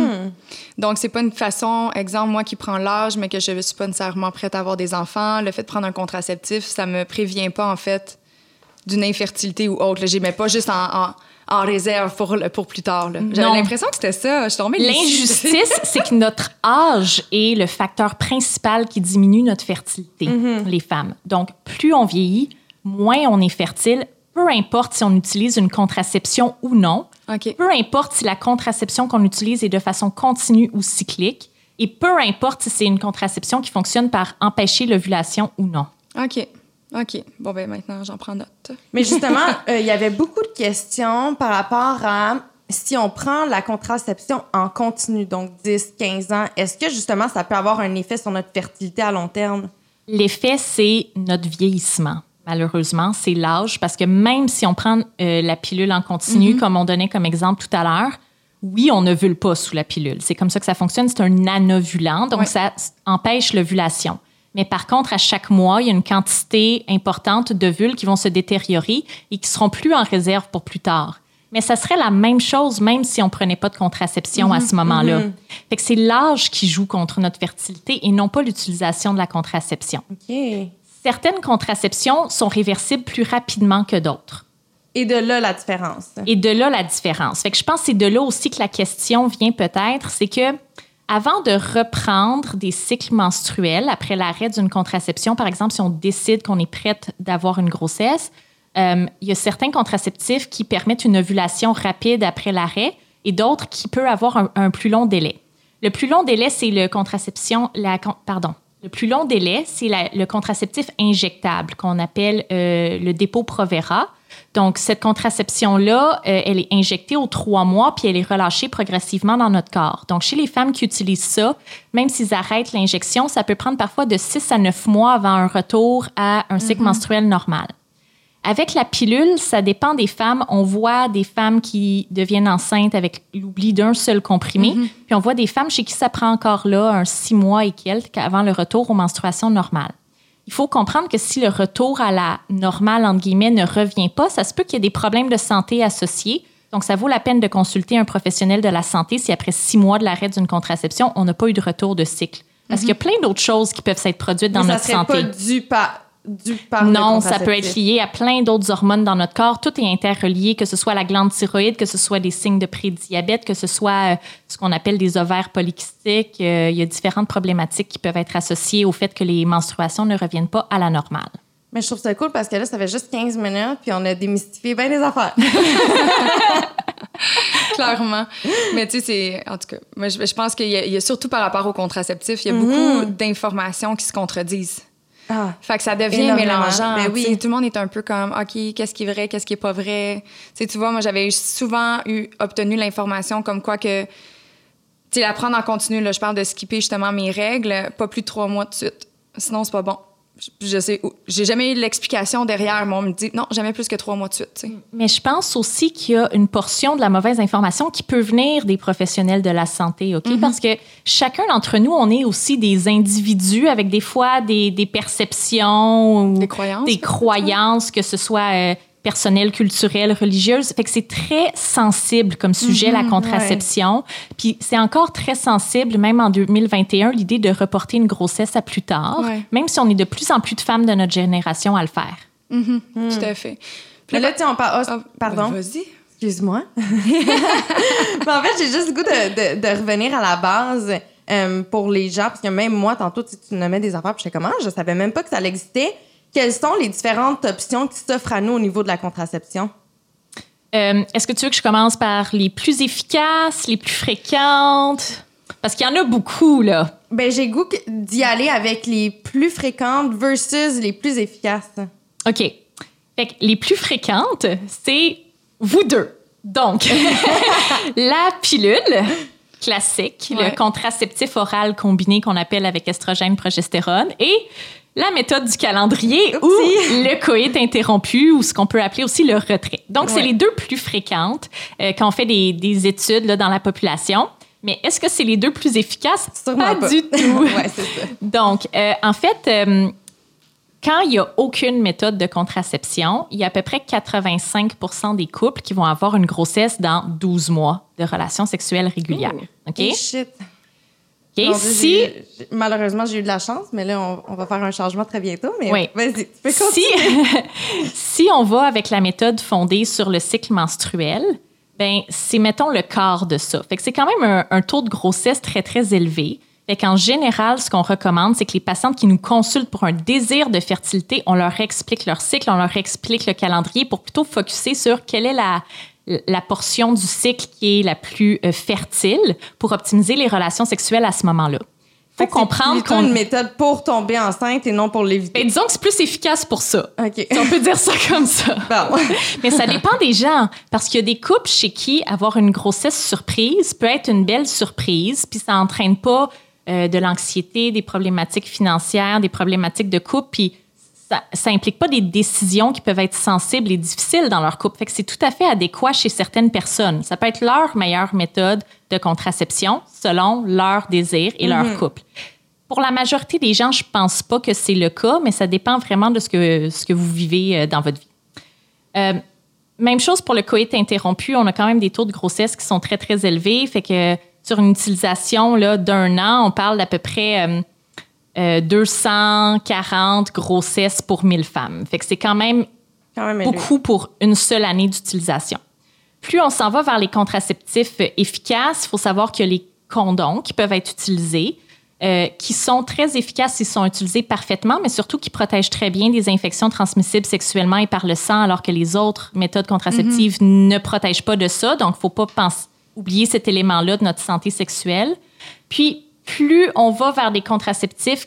Donc, c'est pas une façon, exemple, moi qui prends l'âge, mais que je ne suis pas nécessairement prête à avoir des enfants, le fait de prendre un contraceptif, ça me prévient pas, en fait, d'une infertilité ou autre. Je ne mets pas juste en réserve pour plus tard. J'avais l'impression que c'était ça. Je suis tombée L'injustice, c'est que notre âge est le facteur principal qui diminue notre fertilité, les femmes. Donc, plus on vieillit, moins on est fertile, peu importe si on utilise une contraception ou non. Okay. Peu importe si la contraception qu'on utilise est de façon continue ou cyclique. Et peu importe si c'est une contraception qui fonctionne par empêcher l'ovulation ou non. OK. Bon, ben maintenant, j'en prends note. Mais justement, il y avait beaucoup de questions par rapport à si on prend la contraception en continu, donc 10, 15 ans, est-ce que justement ça peut avoir un effet sur notre fertilité à long terme? L'effet, c'est notre vieillissement. Malheureusement, c'est l'âge, parce que même si on prend la pilule en continu, comme on donnait comme exemple tout à l'heure, oui, on n'ovule pas sous la pilule. C'est comme ça que ça fonctionne. C'est un anovulant, donc ça empêche l'ovulation. Mais par contre, à chaque mois, il y a une quantité importante d'ovules qui vont se détériorer et qui ne seront plus en réserve pour plus tard. Mais ça serait la même chose même si on ne prenait pas de contraception à ce moment-là. Fait que c'est l'âge qui joue contre notre fertilité et non pas l'utilisation de la contraception. OK. Certaines contraceptions sont réversibles plus rapidement que d'autres. Et de là, la différence. Fait que je pense que c'est de là aussi que la question vient peut-être, c'est que avant de reprendre des cycles menstruels après l'arrêt d'une contraception, par exemple, si on décide qu'on est prête d'avoir une grossesse, il y a certains contraceptifs qui permettent une ovulation rapide après l'arrêt et d'autres qui peuvent avoir un plus long délai. Le plus long délai, c'est le contraceptif injectable qu'on appelle le Depo-Provera. Donc, cette contraception-là, elle est injectée aux 3 mois puis elle est relâchée progressivement dans notre corps. Donc, chez les femmes qui utilisent ça, même s'ils arrêtent l'injection, ça peut prendre parfois de 6 à 9 mois avant un retour à un cycle menstruel normal. Avec la pilule, ça dépend des femmes. On voit des femmes qui deviennent enceintes avec l'oubli d'un seul comprimé. Puis on voit des femmes chez qui ça prend encore là un 6 mois et quelques avant le retour aux menstruations normales. Il faut comprendre que si le retour à la normale, entre guillemets, ne revient pas, ça se peut qu'il y ait des problèmes de santé associés. Donc, ça vaut la peine de consulter un professionnel de la santé si après 6 mois de l'arrêt d'une contraception, on n'a pas eu de retour de cycle. Parce qu'il y a plein d'autres choses qui peuvent s'être produites dans notre santé. Ça serait pas dû par non, ça peut être lié à plein d'autres hormones dans notre corps. Tout est interrelié, que ce soit la glande thyroïde, que ce soit des signes de prédiabète, que ce soit ce qu'on appelle des ovaires polykystiques. Il y a différentes problématiques qui peuvent être associées au fait que les menstruations ne reviennent pas à la normale. Mais je trouve ça cool parce que là, ça fait juste 15 minutes puis on a démystifié bien des affaires. Clairement. Mais tu sais, en tout cas, moi, je pense qu'il y a surtout par rapport aux contraceptifs, il y a beaucoup d'informations qui se contredisent. Fait que ça devient mélangeant. Ben oui. Tout le monde est un peu comme, OK, qu'est-ce qui est vrai, qu'est-ce qui est pas vrai? T'sais, tu vois, moi, j'avais souvent obtenu l'information comme quoi que, tu sais, la prendre en continu, là, je parle de skipper justement mes règles, pas plus de 3 mois de suite. Sinon, c'est pas bon. Je sais, j'ai jamais eu l'explication derrière, mais on me dit non, jamais plus que 3 mois de suite. T'sais. Mais je pense aussi qu'il y a une portion de la mauvaise information qui peut venir des professionnels de la santé, OK? Parce que chacun d'entre nous, on est aussi des individus avec des fois des perceptions ou des croyances, que ce soit personnelles, culturelles, religieuses. Fait que c'est très sensible comme sujet, la contraception. Puis c'est encore très sensible, même en 2021, l'idée de reporter une grossesse à plus tard, même si on est de plus en plus de femmes de notre génération à le faire. Tout à fait. Mais là, tu sais, on parle... pardon. Vas-y. Excuse-moi. Mais en fait, j'ai juste le goût de revenir à la base pour les gens, parce que même moi, tantôt, tu nommais des affaires, puis j'étais comment? Je savais même pas que ça existait. Quelles sont les différentes options qui s'offrent à nous au niveau de la contraception? Est-ce que tu veux que je commence par les plus efficaces, les plus fréquentes? Parce qu'il y en a beaucoup, là. Ben, j'ai goût d'y aller avec les plus fréquentes versus les plus efficaces. OK. Fait que les plus fréquentes, c'est vous deux. Donc, la pilule classique, le contraceptif oral combiné qu'on appelle avec estrogène, progestérone, et la méthode du calendrier ou le coït interrompu ou ce qu'on peut appeler aussi le retrait. Donc, c'est les deux plus fréquentes quand on fait des études là, dans la population. Mais est-ce que c'est les deux plus efficaces? Sûrement pas du tout. C'est ça. Donc, en fait, quand il n'y a aucune méthode de contraception, il y a à peu près 85% des couples qui vont avoir une grossesse dans 12 mois de relations sexuelles régulières. OK? Oh, shit. Okay? Malheureusement, j'ai eu de la chance, mais là, on va faire un changement très bientôt. Mais oui. Vas-y, tu peux continuer. Si on va avec la méthode fondée sur le cycle menstruel, ben c'est, mettons, le quart de ça. Fait que c'est quand même un taux de grossesse très, très élevé. Fait qu'en général, ce qu'on recommande, c'est que les patientes qui nous consultent pour un désir de fertilité, on leur explique leur cycle, on leur explique le calendrier pour plutôt focusser sur quelle est la portion du cycle qui est la plus fertile pour optimiser les relations sexuelles à ce moment-là. Il faut comprendre qu'on... C'est une méthode pour tomber enceinte et non pour l'éviter. Ben, disons que c'est plus efficace pour ça. OK. On peut dire ça comme ça. Bon. Mais ça dépend des gens. Parce qu'il y a des couples chez qui avoir une grossesse surprise peut être une belle surprise, puis ça n'entraîne pas de l'anxiété, des problématiques financières, des problématiques de couple, puis ça implique pas des décisions qui peuvent être sensibles et difficiles dans leur couple. Fait que c'est tout à fait adéquat chez certaines personnes. Ça peut être leur meilleure méthode de contraception selon leur désir et leur couple. Pour la majorité des gens, je pense pas que c'est le cas, mais ça dépend vraiment de ce que vous vivez dans votre vie. Même chose pour le coït interrompu. On a quand même des taux de grossesse qui sont très, très élevés. Fait que sur une utilisation là, d'1 an, on parle d'à peu près 240 grossesses pour 1000 femmes. Fait que c'est quand même beaucoup pour une seule année d'utilisation. Plus on s'en va vers les contraceptifs efficaces, il faut savoir qu'il y a les condoms qui peuvent être utilisés, qui sont très efficaces s'ils sont utilisés parfaitement, mais surtout qui protègent très bien des infections transmissibles sexuellement et par le sang, alors que les autres méthodes contraceptives ne protègent pas de ça. Donc, il ne faut pas oublier cet élément-là de notre santé sexuelle. Puis, plus on va vers des contraceptifs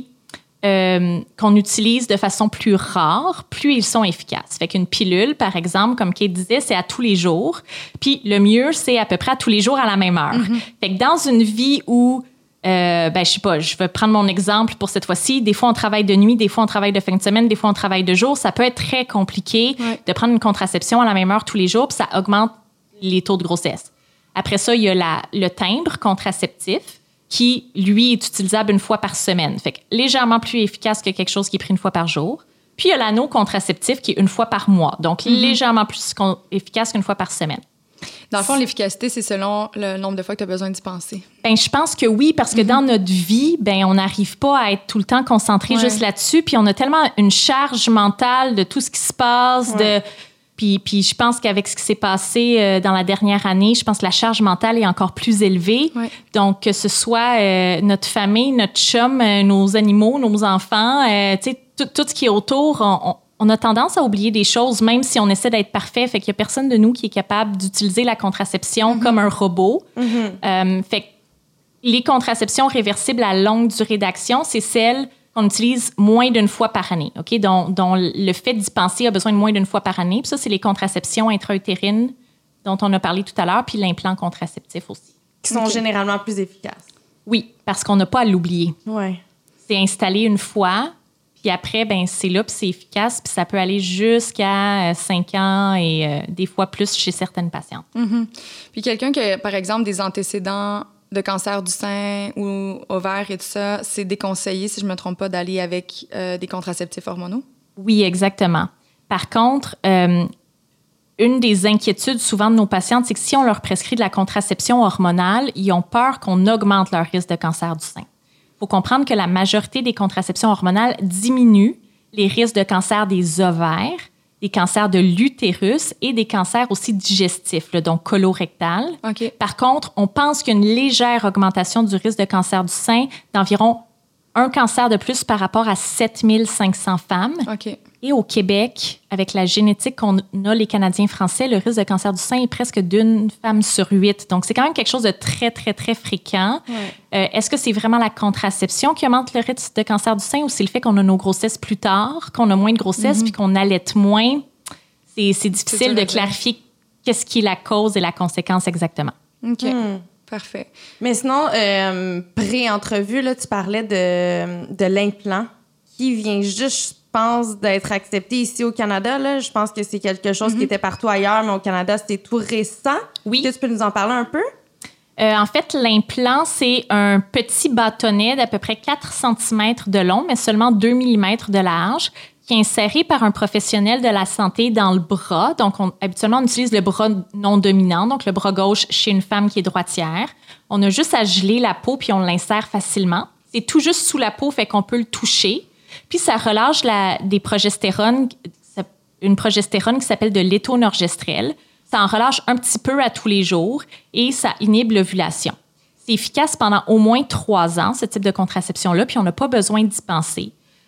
qu'on utilise de façon plus rare, plus ils sont efficaces. Fait qu'une pilule, par exemple, comme Kate disait, c'est à tous les jours. Puis le mieux, c'est à peu près à tous les jours à la même heure. Fait que dans une vie où, je sais pas, je vais prendre mon exemple pour cette fois-ci. Des fois, on travaille de nuit, des fois, on travaille de fin de semaine, des fois, on travaille de jour. Ça peut être très compliqué de prendre une contraception à la même heure tous les jours, puis ça augmente les taux de grossesse. Après ça, il y a le timbre contraceptif qui, lui, est utilisable une fois par semaine. Fait que légèrement plus efficace que quelque chose qui est pris une fois par jour. Puis, il y a l'anneau contraceptif qui est une fois par mois. Donc, légèrement plus efficace qu'une fois par semaine. Dans le fond, l'efficacité, c'est selon le nombre de fois que tu as besoin d'y penser. Ben, je pense que oui, parce que dans notre vie, ben, on n'arrive pas à être tout le temps concentré juste là-dessus. Puis, on a tellement une charge mentale de tout ce qui se passe, Puis je pense qu'avec ce qui s'est passé dans la dernière année, je pense que la charge mentale est encore plus élevée. Donc, que ce soit notre famille, notre chum, nos animaux, nos enfants, tout ce qui est autour, on a tendance à oublier des choses, même si on essaie d'être parfait. Fait qu'il n'y a personne de nous qui est capable d'utiliser la contraception comme un robot. Fait que les contraceptions réversibles à longue durée d'action, c'est celles qu'on utilise moins d'une fois par année, OK? Dont le fait d'y penser a besoin de moins d'une fois par année. Puis ça, c'est les contraceptions intra-utérines dont on a parlé tout à l'heure, puis l'implant contraceptif aussi. Qui sont généralement plus efficaces. Oui, parce qu'on n'a pas à l'oublier. Oui. C'est installé une fois, puis après, ben c'est là, puis c'est efficace, puis ça peut aller jusqu'à 5 ans et des fois plus chez certaines patientes. Puis quelqu'un qui a, par exemple, des antécédents de cancer du sein ou ovaire et tout ça, c'est déconseillé, si je ne me trompe pas, d'aller avec des contraceptifs hormonaux? Oui, exactement. Par contre, une des inquiétudes souvent de nos patientes, c'est que si on leur prescrit de la contraception hormonale, ils ont peur qu'on augmente leur risque de cancer du sein. Il faut comprendre que la majorité des contraceptions hormonales diminuent les risques de cancer des ovaires, des cancers de l'utérus et des cancers aussi digestifs, là, donc colorectal. Okay. Par contre, on pense qu'il y a une légère augmentation du risque de cancer du sein d'environ un cancer de plus par rapport à 7500 femmes. OK. Et au Québec, avec la génétique qu'on a, les Canadiens français, le risque de cancer du sein est presque d'une femme sur 8. Donc, c'est quand même quelque chose de très, très, très fréquent. Ouais. Est-ce que c'est vraiment la contraception qui augmente le risque de cancer du sein ou c'est le fait qu'on a nos grossesses plus tard, qu'on a moins de grossesses puis qu'on allaite moins? C'est difficile de clarifier qu'est-ce qui est la cause et la conséquence exactement. OK. Parfait. Mais sinon, pré-entrevue, là, tu parlais de l'implant qui vient juste, je pense, d'être accepté ici au Canada. Là. Je pense que c'est quelque chose qui était partout ailleurs, mais au Canada, c'était tout récent. Oui. Est-ce que tu peux nous en parler un peu? En fait, l'implant, c'est un petit bâtonnet d'à peu près 4 cm de long, mais seulement 2 mm de large, qui est inséré par un professionnel de la santé dans le bras. Donc, habituellement, on utilise le bras non dominant, donc le bras gauche chez une femme qui est droitière. On a juste à geler la peau, puis on l'insère facilement. C'est tout juste sous la peau, fait qu'on peut le toucher. Puis, ça relâche des progestérones, une progestérone qui s'appelle de l'étonorgestrel. Ça en relâche un petit peu à tous les jours et ça inhibe l'ovulation. C'est efficace pendant au moins 3 ans, ce type de contraception-là, puis on n'a pas besoin d'y penser.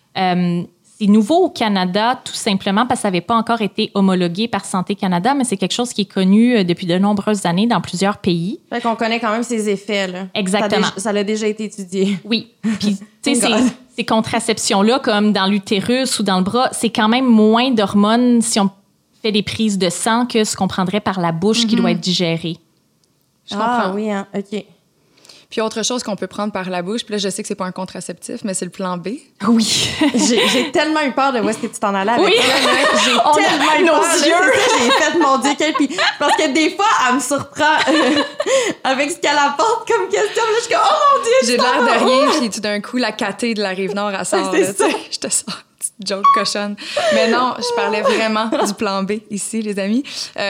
C'est nouveau au Canada, tout simplement parce que ça n'avait pas encore été homologué par Santé Canada, mais c'est quelque chose qui est connu depuis de nombreuses années dans plusieurs pays. Fait qu'on connaît quand même ses effets, là. Exactement. Ça a déjà été étudié. Oui. Puis, tu sais, ces contraceptions-là, comme dans l'utérus ou dans le bras, c'est quand même moins d'hormones si on fait des prises de sang que ce qu'on prendrait par la bouche qui doit être digérée. Je comprends. Oui, hein? OK. Puis autre chose qu'on peut prendre par la bouche, puis là, je sais que c'est pas un contraceptif, mais c'est le plan B. Oui. J'ai tellement eu peur de où est-ce que tu t'en allais avec oui. elle. J'ai tellement eu peur. J'ai fait mon Dieu, puis parce que des fois, elle me surprend avec ce qu'elle apporte comme question. Là, je suis comme, oh mon Dieu, j'ai l'air de rien, puis tout d'un coup, la catée de la Rive-Nord, elle sort. Là, je te sors. Joke cochonne. Mais non, je parlais vraiment du plan B ici, les amis.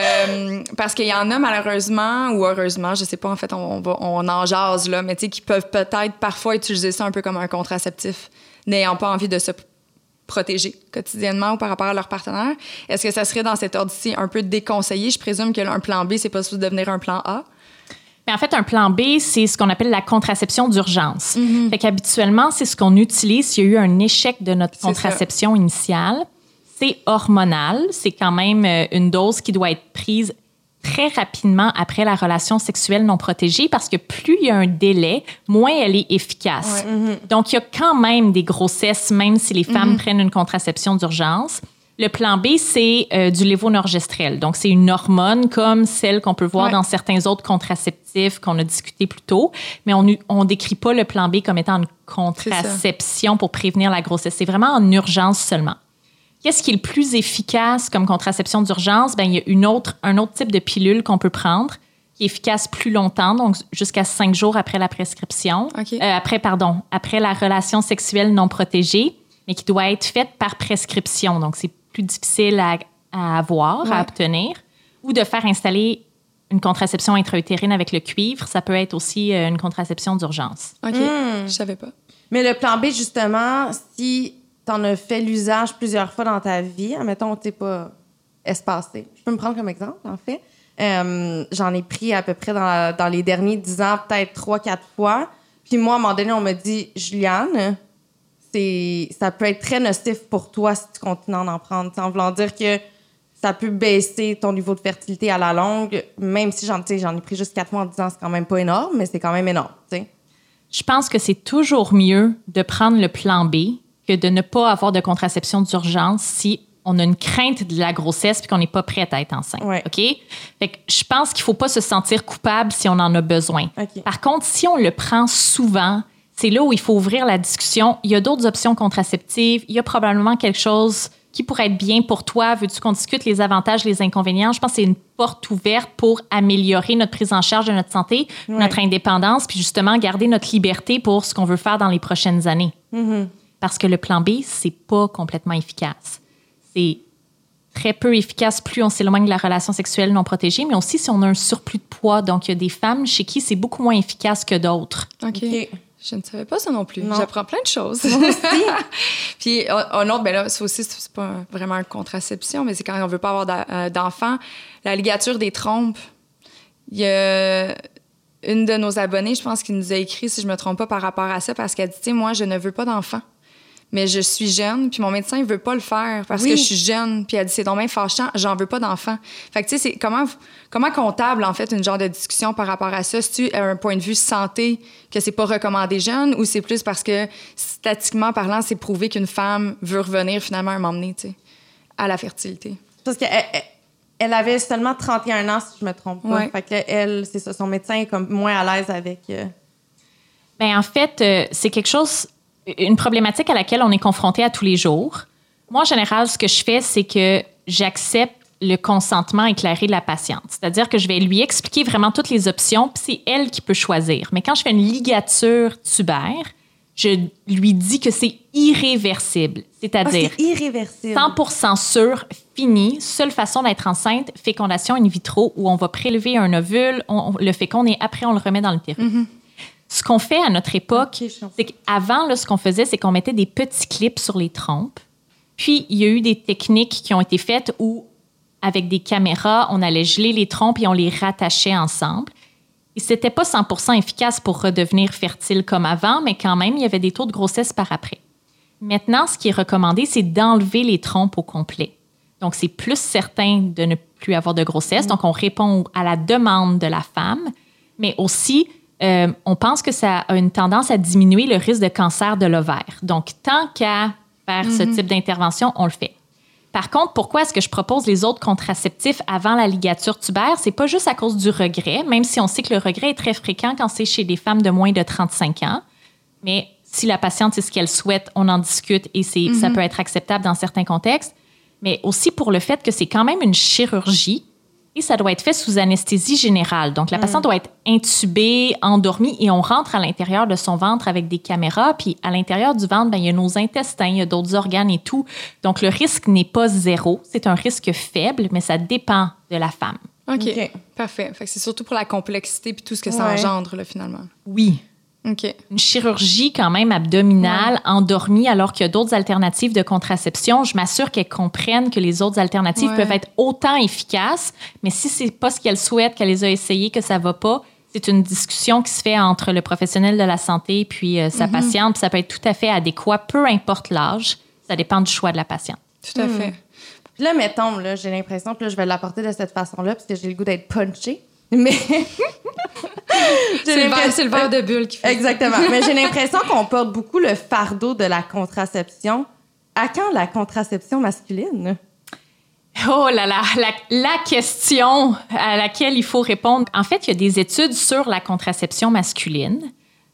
Parce qu'il y en a malheureusement, ou heureusement, je sais pas, en fait, on en jase, là, mais tu sais, qui peuvent peut-être parfois utiliser ça un peu comme un contraceptif, n'ayant pas envie de se protéger quotidiennement ou par rapport à leur partenaire. Est-ce que ça serait dans cet ordre-ci un peu déconseillé? Je présume qu'un plan B, c'est pas supposé devenir un plan A. Mais en fait, un plan B, c'est ce qu'on appelle la contraception d'urgence. Fait qu'habituellement, c'est ce qu'on utilise s'il y a eu un échec de notre contraception initiale. C'est hormonal. C'est quand même une dose qui doit être prise très rapidement après la relation sexuelle non protégée parce que plus il y a un délai, moins elle est efficace. Ouais. Donc, il y a quand même des grossesses, même si les femmes prennent une contraception d'urgence. Le plan B, c'est du lévonorgestrel. Donc, c'est une hormone comme celle qu'on peut voir dans certains autres contraceptifs qu'on a discuté plus tôt. Mais on décrit pas le plan B comme étant une contraception pour prévenir la grossesse. C'est vraiment en urgence seulement. Qu'est-ce qui est le plus efficace comme contraception d'urgence? Bien, il y a un autre type de pilule qu'on peut prendre qui est efficace plus longtemps, donc jusqu'à 5 jours après la prescription. Okay. Après la relation sexuelle non protégée, mais qui doit être faite par prescription. Donc, c'est plus difficile à avoir, à obtenir, ou de faire installer une contraception intra-utérine avec le cuivre. Ça peut être aussi une contraception d'urgence. OK, je savais pas. Mais le plan B, justement, si tu en as fait l'usage plusieurs fois dans ta vie, admettons, tu n'es pas espacé. Je peux me prendre comme exemple, en fait. J'en ai pris à peu près dans les derniers 10 ans, peut-être 3-4 fois. Puis moi, à un moment donné, on m'a dit, Juliane, ça peut être très nocif pour toi si tu continues à en prendre. En voulant dire que ça peut baisser ton niveau de fertilité à la longue, même si j'en ai pris juste 4 mois en 10 ans, c'est quand même pas énorme, mais c'est quand même énorme. T'sais. Je pense que c'est toujours mieux de prendre le plan B que de ne pas avoir de contraception d'urgence si on a une crainte de la grossesse puis qu'on n'est pas prête à être enceinte. Ouais. OK? Fait que je pense qu'il ne faut pas se sentir coupable si on en a besoin. Okay. Par contre, si on le prend souvent, c'est là où il faut ouvrir la discussion. Il y a d'autres options contraceptives. Il y a probablement quelque chose qui pourrait être bien pour toi. Veux-tu qu'on discute les avantages, les inconvénients? Je pense que c'est une porte ouverte pour améliorer notre prise en charge de notre santé, notre indépendance, puis justement garder notre liberté pour ce qu'on veut faire dans les prochaines années. Parce que le plan B, c'est pas complètement efficace. C'est très peu efficace plus on s'éloigne de la relation sexuelle non protégée, mais aussi si on a un surplus de poids. Donc, il y a des femmes chez qui c'est beaucoup moins efficace que d'autres. OK. Je ne savais pas ça non plus. Non. J'apprends plein de choses. Puis un autre, ben là, ça aussi, c'est pas vraiment une contraception, mais c'est quand on veut pas avoir d'enfants. La ligature des trompes. Il y a une de nos abonnées, je pense, qui nous a écrit, si je me trompe pas, par rapport à ça, parce qu'elle dit, tu sais, moi, je ne veux pas d'enfant. Mais je suis jeune, puis mon médecin, il veut pas le faire parce que je suis jeune. Puis elle dit, c'est donc bien fâchant, j'en veux pas d'enfant. Fait que, tu sais, c'est comment comptable, en fait, une genre de discussion par rapport à ça? C'est-tu un point de vue santé que c'est pas recommandé jeune ou c'est plus parce que, statistiquement parlant, c'est prouvé qu'une femme veut revenir finalement un moment donné, tu sais, à la fertilité? Parce qu'elle avait seulement 31 ans, si je me trompe pas. Ouais. Fait que elle, c'est ça, son médecin est comme moins à l'aise avec... Bien, en fait, c'est quelque chose... Une problématique à laquelle on est confronté à tous les jours. Moi, en général, ce que je fais, c'est que j'accepte le consentement éclairé de la patiente. C'est-à-dire que je vais lui expliquer vraiment toutes les options, puis c'est elle qui peut choisir. Mais quand je fais une ligature tubaire, je lui dis que c'est irréversible. C'est-à-dire c'est irréversible. 100% sûr, fini, seule façon d'être enceinte, fécondation in vitro, où on va prélever un ovule, on le féconde et après, on le remet dans l'utérus. Mm-hmm. Ce qu'on fait à notre époque, c'est qu'avant, là, ce qu'on faisait, c'est qu'on mettait des petits clips sur les trompes. Puis, il y a eu des techniques qui ont été faites où, avec des caméras, on allait geler les trompes et on les rattachait ensemble. Et c'était pas 100% efficace pour redevenir fertile comme avant, mais quand même, il y avait des taux de grossesse par après. Maintenant, ce qui est recommandé, c'est d'enlever les trompes au complet. Donc, c'est plus certain de ne plus avoir de grossesse. Donc, on répond à la demande de la femme, mais aussi... on pense que ça a une tendance à diminuer le risque de cancer de l'ovaire. Donc, tant qu'à faire ce type d'intervention, on le fait. Par contre, pourquoi est-ce que je propose les autres contraceptifs avant la ligature tubaire? C'est pas juste à cause du regret, même si on sait que le regret est très fréquent quand c'est chez des femmes de moins de 35 ans. Mais si la patiente c'est ce qu'elle souhaite, on en discute et ça peut être acceptable dans certains contextes. Mais aussi pour le fait que c'est quand même une chirurgie. Et ça doit être fait sous anesthésie générale. Donc, la patiente doit être intubée, endormie, et on rentre à l'intérieur de son ventre avec des caméras. Puis, à l'intérieur du ventre, bien, il y a nos intestins, il y a d'autres organes et tout. Donc, le risque n'est pas zéro. C'est un risque faible, mais ça dépend de la femme. OK. Parfait. Fait que c'est surtout pour la complexité puis tout ce que ça engendre, là, finalement. Oui. OK. Une chirurgie quand même abdominale, endormie, alors qu'il y a d'autres alternatives de contraception. Je m'assure qu'elles comprennent que les autres alternatives peuvent être autant efficaces, mais si c'est pas ce qu'elles souhaitent, qu'elles les a essayées, que ça va pas, c'est une discussion qui se fait entre le professionnel de la santé puis sa patiente. Puis ça peut être tout à fait adéquat, peu importe l'âge. Ça dépend du choix de la patiente. Tout à fait. Puis là, mettons, là, j'ai l'impression que là, je vais l'apporter de cette façon-là parce que j'ai le goût d'être punchée. Mais... c'est le verre de bulle qui fait Exactement. Mais j'ai l'impression qu'on porte beaucoup le fardeau de la contraception. À quand la contraception masculine? Oh là là, la question à laquelle il faut répondre. En fait, il y a des études sur la contraception masculine.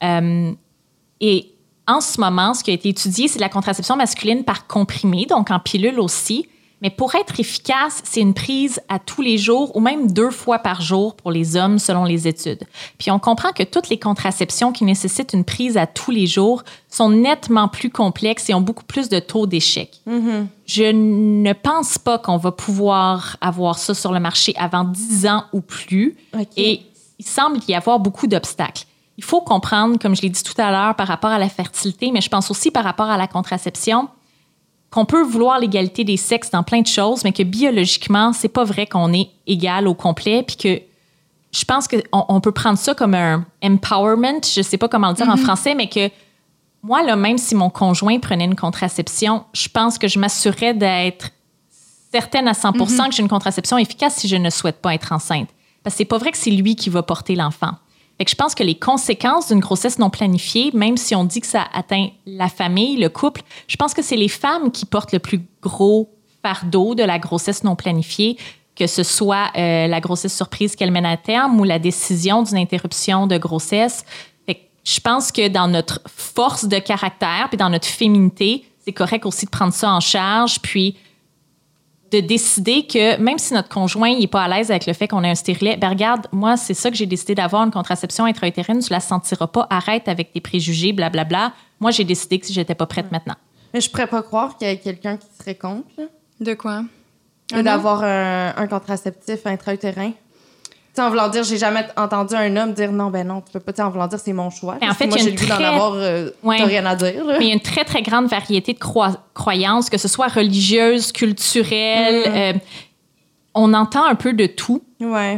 Et en ce moment, ce qui a été étudié, c'est la contraception masculine par comprimé, donc en pilule aussi. Mais pour être efficace, c'est une prise à tous les jours ou même 2 fois par jour pour les hommes, selon les études. Puis on comprend que toutes les contraceptions qui nécessitent une prise à tous les jours sont nettement plus complexes et ont beaucoup plus de taux d'échec. Mm-hmm. Je ne pense pas qu'on va pouvoir avoir ça sur le marché avant 10 ans ou plus. Okay. Et il semble y avoir beaucoup d'obstacles. Il faut comprendre, comme je l'ai dit tout à l'heure, par rapport à la fertilité, mais je pense aussi par rapport à la contraception, qu'on peut vouloir l'égalité des sexes dans plein de choses, mais que biologiquement, c'est pas vrai qu'on est égal au complet, puis que je pense qu'on peut prendre ça comme un empowerment, je sais pas comment le dire en français, mais que moi, là, même si mon conjoint prenait une contraception, je pense que je m'assurerais d'être certaine à 100% que j'ai une contraception efficace si je ne souhaite pas être enceinte. Parce que c'est pas vrai que c'est lui qui va porter l'enfant. Fait que je pense que les conséquences d'une grossesse non planifiée, même si on dit que ça atteint la famille, le couple, je pense que c'est les femmes qui portent le plus gros fardeau de la grossesse non planifiée, que ce soit la grossesse surprise qu'elle mène à terme ou la décision d'une interruption de grossesse. Fait que je pense que dans notre force de caractère puis dans notre féminité, c'est correct aussi de prendre ça en charge, puis de décider que même si notre conjoint n'est pas à l'aise avec le fait qu'on ait un stérilet, ben regarde, moi, c'est ça que j'ai décidé d'avoir, une contraception intra-utérine, tu la sentiras pas, arrête avec tes préjugés, blablabla. Moi, j'ai décidé que j'étais pas prête maintenant. Mais je pourrais pas croire qu'il y ait quelqu'un qui serait contre. Là. De quoi? D'avoir un contraceptif intra-utérin. Tu sais, en voulant dire, j'ai jamais entendu un homme dire non, ben non, tu peux pas, en voulant dire, c'est mon choix. En fait, moi, j'ai le goût d'en avoir, t'as rien à dire. Là. Mais il y a une très, très grande variété de croyances, que ce soit religieuses, culturelles. On entend un peu de tout. Ouais.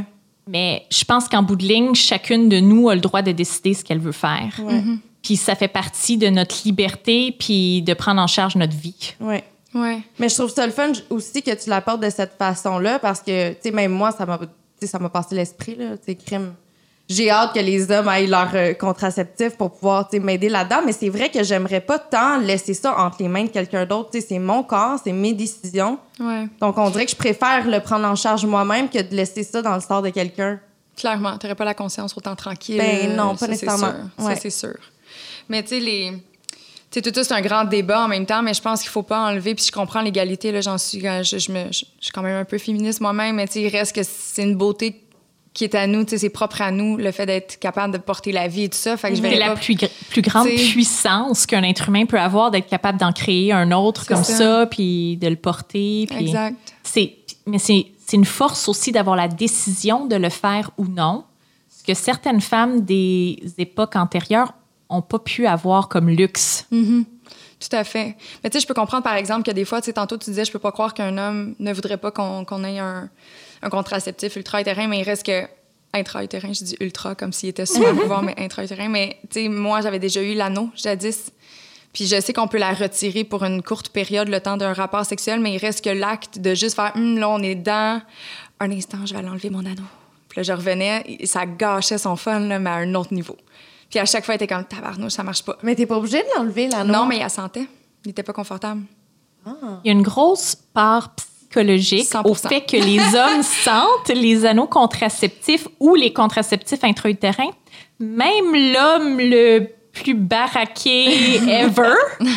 Mais je pense qu'en bout de ligne, chacune de nous a le droit de décider ce qu'elle veut faire. Ouais. Puis ça fait partie de notre liberté puis de prendre en charge notre vie. Ouais. Ouais. Mais je trouve ça le fun aussi que tu l'apportes de cette façon-là parce que, tu sais, même moi, ça m'a passé l'esprit, là, tu sais, crime. J'ai hâte que les hommes aient leur contraceptif pour pouvoir, tu sais, m'aider là-dedans, mais c'est vrai que j'aimerais pas tant laisser ça entre les mains de quelqu'un d'autre. Tu sais, c'est mon corps, c'est mes décisions. Ouais. Donc, on dirait que je préfère le prendre en charge moi-même que de laisser ça dans le sort de quelqu'un. Clairement, t'aurais pas la conscience autant tranquille. Ben non, pas ça, nécessairement. C'est sûr. Ouais. Ça, c'est sûr. Mais tu sais, tout ça, c'est un grand débat en même temps, mais je pense qu'il faut pas enlever, puis je comprends l'égalité, là, je suis quand même un peu féministe moi-même, mais tu sais, il reste que c'est une beauté qui est à nous, tu sais, c'est propre à nous, le fait d'être capable de porter la vie et tout ça. Fait que je C'est la plus grande puissance qu'un être humain peut avoir, d'être capable d'en créer un autre comme ça, puis de le porter. Puis exact. Mais c'est une force aussi d'avoir la décision de le faire ou non, ce que certaines femmes des époques antérieures n'ont pas pu avoir comme luxe. Mm-hmm. Tout à fait. Mais tu sais, je peux comprendre, par exemple, que des fois, tu sais, tantôt, tu disais, je peux pas croire qu'un homme ne voudrait pas qu'on ait un contraceptif ultra-utérin, mais il reste que intra-utérin, je dis ultra comme s'il était super pouvoir, mais intra-utérin. Mais tu sais, moi, j'avais déjà eu l'anneau jadis. Puis je sais qu'on peut la retirer pour une courte période, le temps d'un rapport sexuel, mais il reste que l'acte de juste faire là, on est dedans. Un instant, je vais aller enlever mon anneau. Puis là, je revenais, et ça gâchait son fun, là, mais à un autre niveau. Puis à chaque fois, il était comme tabarnouche, ça marche pas. Mais t'es pas obligée de l'enlever, l'anneau. Non, mais il la sentait. Il était pas confortable. Ah. Il y a une grosse part psychologique 100%. au fait que les hommes sentent les anneaux contraceptifs ou les contraceptifs intra-utérins. Même l'homme le plus baraqué ever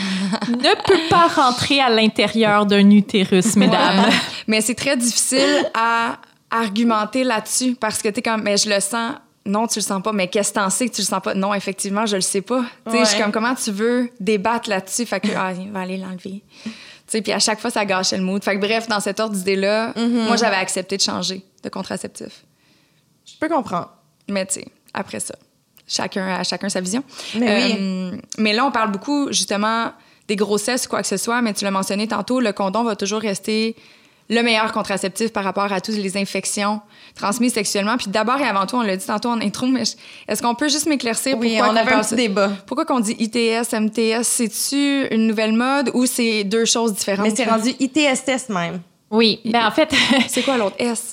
ne peut pas rentrer à l'intérieur d'un utérus, mesdames. Ouais. Mais c'est très difficile à argumenter là-dessus parce que t'es comme, mais je le sens. Non, tu le sens pas. Mais qu'est-ce que t'en sais que tu le sens pas? Non, effectivement, je le sais pas. Tu sais, je suis comme, comment tu veux débattre là-dessus? Fait que, il va aller l'enlever. Tu sais, puis à chaque fois, ça gâchait le mood. Fait que bref, dans cet ordre d'idée-là, moi, j'avais accepté de changer de contraceptif. Je peux comprendre. Mais tu sais, après ça, chacun sa vision. Mais oui. Mais là, on parle beaucoup, justement, des grossesses ou quoi que ce soit, mais tu l'as mentionné tantôt, le condom va toujours rester le meilleur contraceptif par rapport à toutes les infections transmises sexuellement. Puis d'abord et avant tout, on l'a dit tantôt en intro, mais est-ce qu'on peut juste m'éclaircir Oui, pourquoi on avait un petit débat. Pourquoi qu'on dit ITS, MTS? C'est-tu une nouvelle mode ou c'est deux choses différentes? Mais c'est rendu ITSS même. Oui, ben en fait... C'est quoi l'autre S?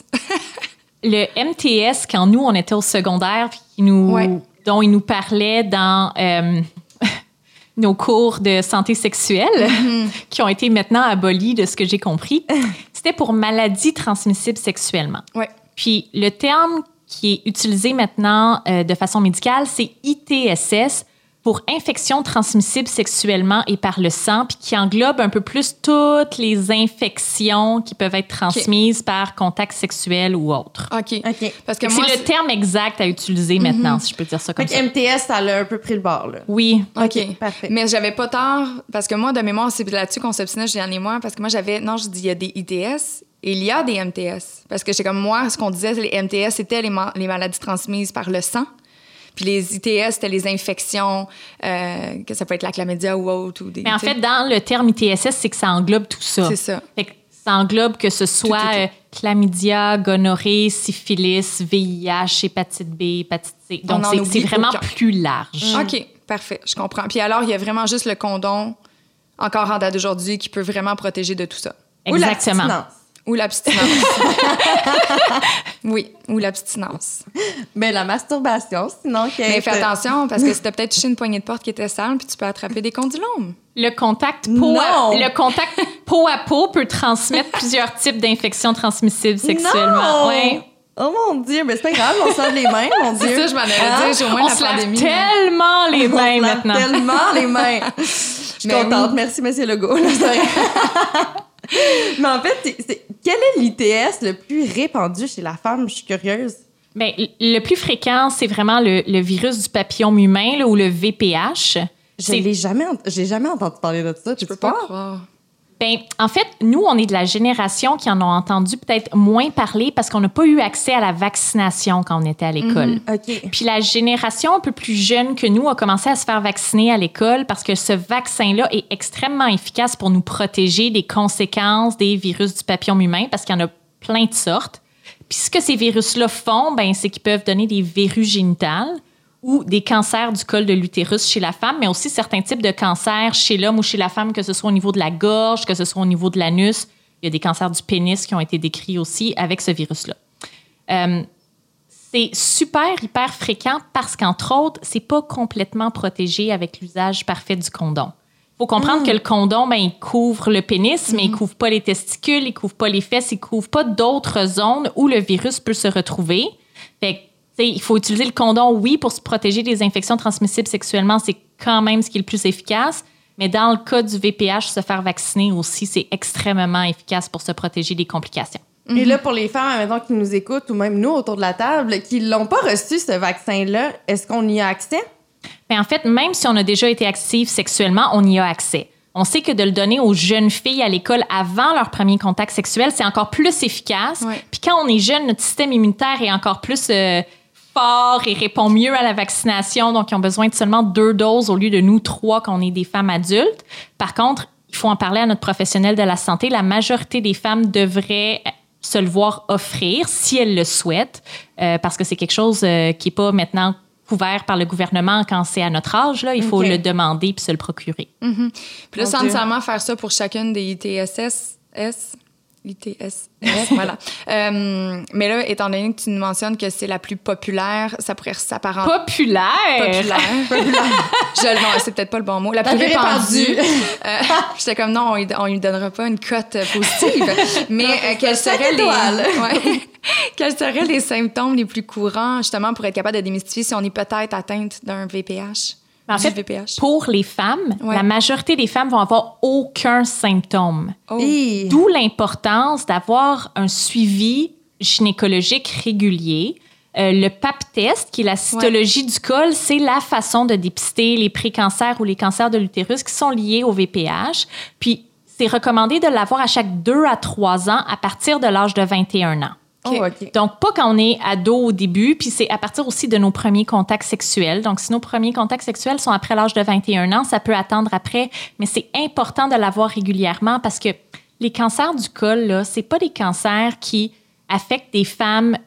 Le MTS, quand nous, on était au secondaire, puis dont il nous parlait dans nos cours de santé sexuelle, qui ont été maintenant abolis de ce que j'ai compris, c'était pour maladies transmissibles sexuellement. Ouais. Puis le terme qui est utilisé maintenant de façon médicale, c'est ITSS, pour infection transmissible sexuellement et par le sang, puis qui englobe un peu plus toutes les infections qui peuvent être transmises par contact sexuel ou autre. OK. Parce que c'est moi, le terme exact à utiliser maintenant, si je peux dire ça comme ça. MTS, ça l'a un peu pris le bord, là. Oui. OK. Parfait. Mais j'avais pas tort, parce que moi, de mémoire, c'est là-dessus qu'on s'obstinait, Juliane et moi, parce que moi, je dis, il y a des ITS et il y a des MTS. Parce que c'est comme moi, ce qu'on disait, les MTS, c'était les maladies transmises par le sang. Puis les ITS, c'était les infections, que ça peut être la chlamydia ou autre. Mais en fait, dans le terme ITSS, c'est que ça englobe tout ça. C'est ça. Fait que ça englobe que ce soit chlamydia, gonorrhée, syphilis, VIH, hépatite B, hépatite C. Donc, c'est vraiment plus large. OK, parfait, je comprends. Puis alors, il y a vraiment juste le condom, encore en date d'aujourd'hui, qui peut vraiment protéger de tout ça. Exactement. Ou l'abstinence. Oui, ou l'abstinence. Mais la masturbation, sinon... Mais fais attention, parce que si t'as peut-être touché une poignée de porte qui était sale, puis tu peux attraper des condylomes. Le contact peau à peau peut transmettre plusieurs types d'infections transmissibles sexuellement. Non! Ouais. Oh mon Dieu, mais c'est pas grave, on se lave les mains, mon Dieu. C'est ça, je m'en allais dire, j'ai au moins on la se lave pandémie. tellement les mains on se lave maintenant. tellement les mains. Je suis contente. Oui. Merci, M. Legault. Mais en fait, quel est l'ITS le plus répandu chez la femme? Je suis curieuse. Bien, le plus fréquent, c'est vraiment le virus du papillome humain là, ou le VPH. J'ai jamais entendu parler de ça. Je peux pas croire. Ben, en fait, nous, on est de la génération qui en ont entendu peut-être moins parler parce qu'on n'a pas eu accès à la vaccination quand on était à l'école. OK. Puis la génération un peu plus jeune que nous a commencé à se faire vacciner à l'école parce que ce vaccin-là est extrêmement efficace pour nous protéger des conséquences des virus du papillome humain parce qu'il y en a plein de sortes. Puis ce que ces virus-là font, ben, c'est qu'ils peuvent donner des verrues génitales ou des cancers du col de l'utérus chez la femme, mais aussi certains types de cancers chez l'homme ou chez la femme, que ce soit au niveau de la gorge, que ce soit au niveau de l'anus. Il y a des cancers du pénis qui ont été décrits aussi avec ce virus-là. C'est hyper fréquent parce qu'entre autres, c'est pas complètement protégé avec l'usage parfait du condom. Il faut comprendre que le condom, ben, il couvre le pénis, mais il couvre pas les testicules, il couvre pas les fesses, il couvre pas d'autres zones où le virus peut se retrouver. Fait que, il faut utiliser le condom, oui, pour se protéger des infections transmissibles sexuellement, c'est quand même ce qui est le plus efficace. Mais dans le cas du VPH, se faire vacciner aussi, c'est extrêmement efficace pour se protéger des complications. Et là, pour les femmes, admettons, qui nous écoutent, ou même nous autour de la table, qui l'ont pas reçu, ce vaccin-là, est-ce qu'on y a accès? Bien, en fait, même si on a déjà été active sexuellement, on y a accès. On sait que de le donner aux jeunes filles à l'école avant leur premier contact sexuel, c'est encore plus efficace. Ouais. Puis quand on est jeune, notre système immunitaire est encore plus fort et répond mieux à la vaccination. Donc, ils ont besoin de seulement 2 doses au lieu de nous 3 quand on est des femmes adultes. Par contre, il faut en parler à notre professionnel de la santé. La majorité des femmes devraient se le voir offrir si elles le souhaitent, parce que c'est quelque chose qui n'est pas maintenant couvert par le gouvernement quand c'est à notre âge. Là. Il faut le demander puis se le procurer. Mm-hmm. Puis là, sans nécessairement faire ça pour chacune des ITSS, voilà. Mais là, étant donné que tu nous mentionnes que c'est la plus populaire, ça pourrait s'apparenter... Populaire? Non, c'est peut-être pas le bon mot. La plus répandue. J'étais comme, non, on lui donnera pas une cote positive. Mais quels seraient quels seraient les symptômes les plus courants, justement, pour être capable de démystifier si on est peut-être atteinte d'un VPH? En fait, pour les femmes, la majorité des femmes vont avoir aucun symptôme. Oh. D'où l'importance d'avoir un suivi gynécologique régulier. Le Pap test, qui est la cytologie du col, c'est la façon de dépister les précancers ou les cancers de l'utérus qui sont liés au VPH. Puis, c'est recommandé de l'avoir à chaque 2 à 3 ans à partir de l'âge de 21 ans. Okay. Donc, pas quand on est ado au début, puis c'est à partir aussi de nos premiers contacts sexuels. Donc, si nos premiers contacts sexuels sont après l'âge de 21 ans, ça peut attendre après, mais c'est important de l'avoir régulièrement parce que les cancers du col, là, c'est pas des cancers qui affectent des femmes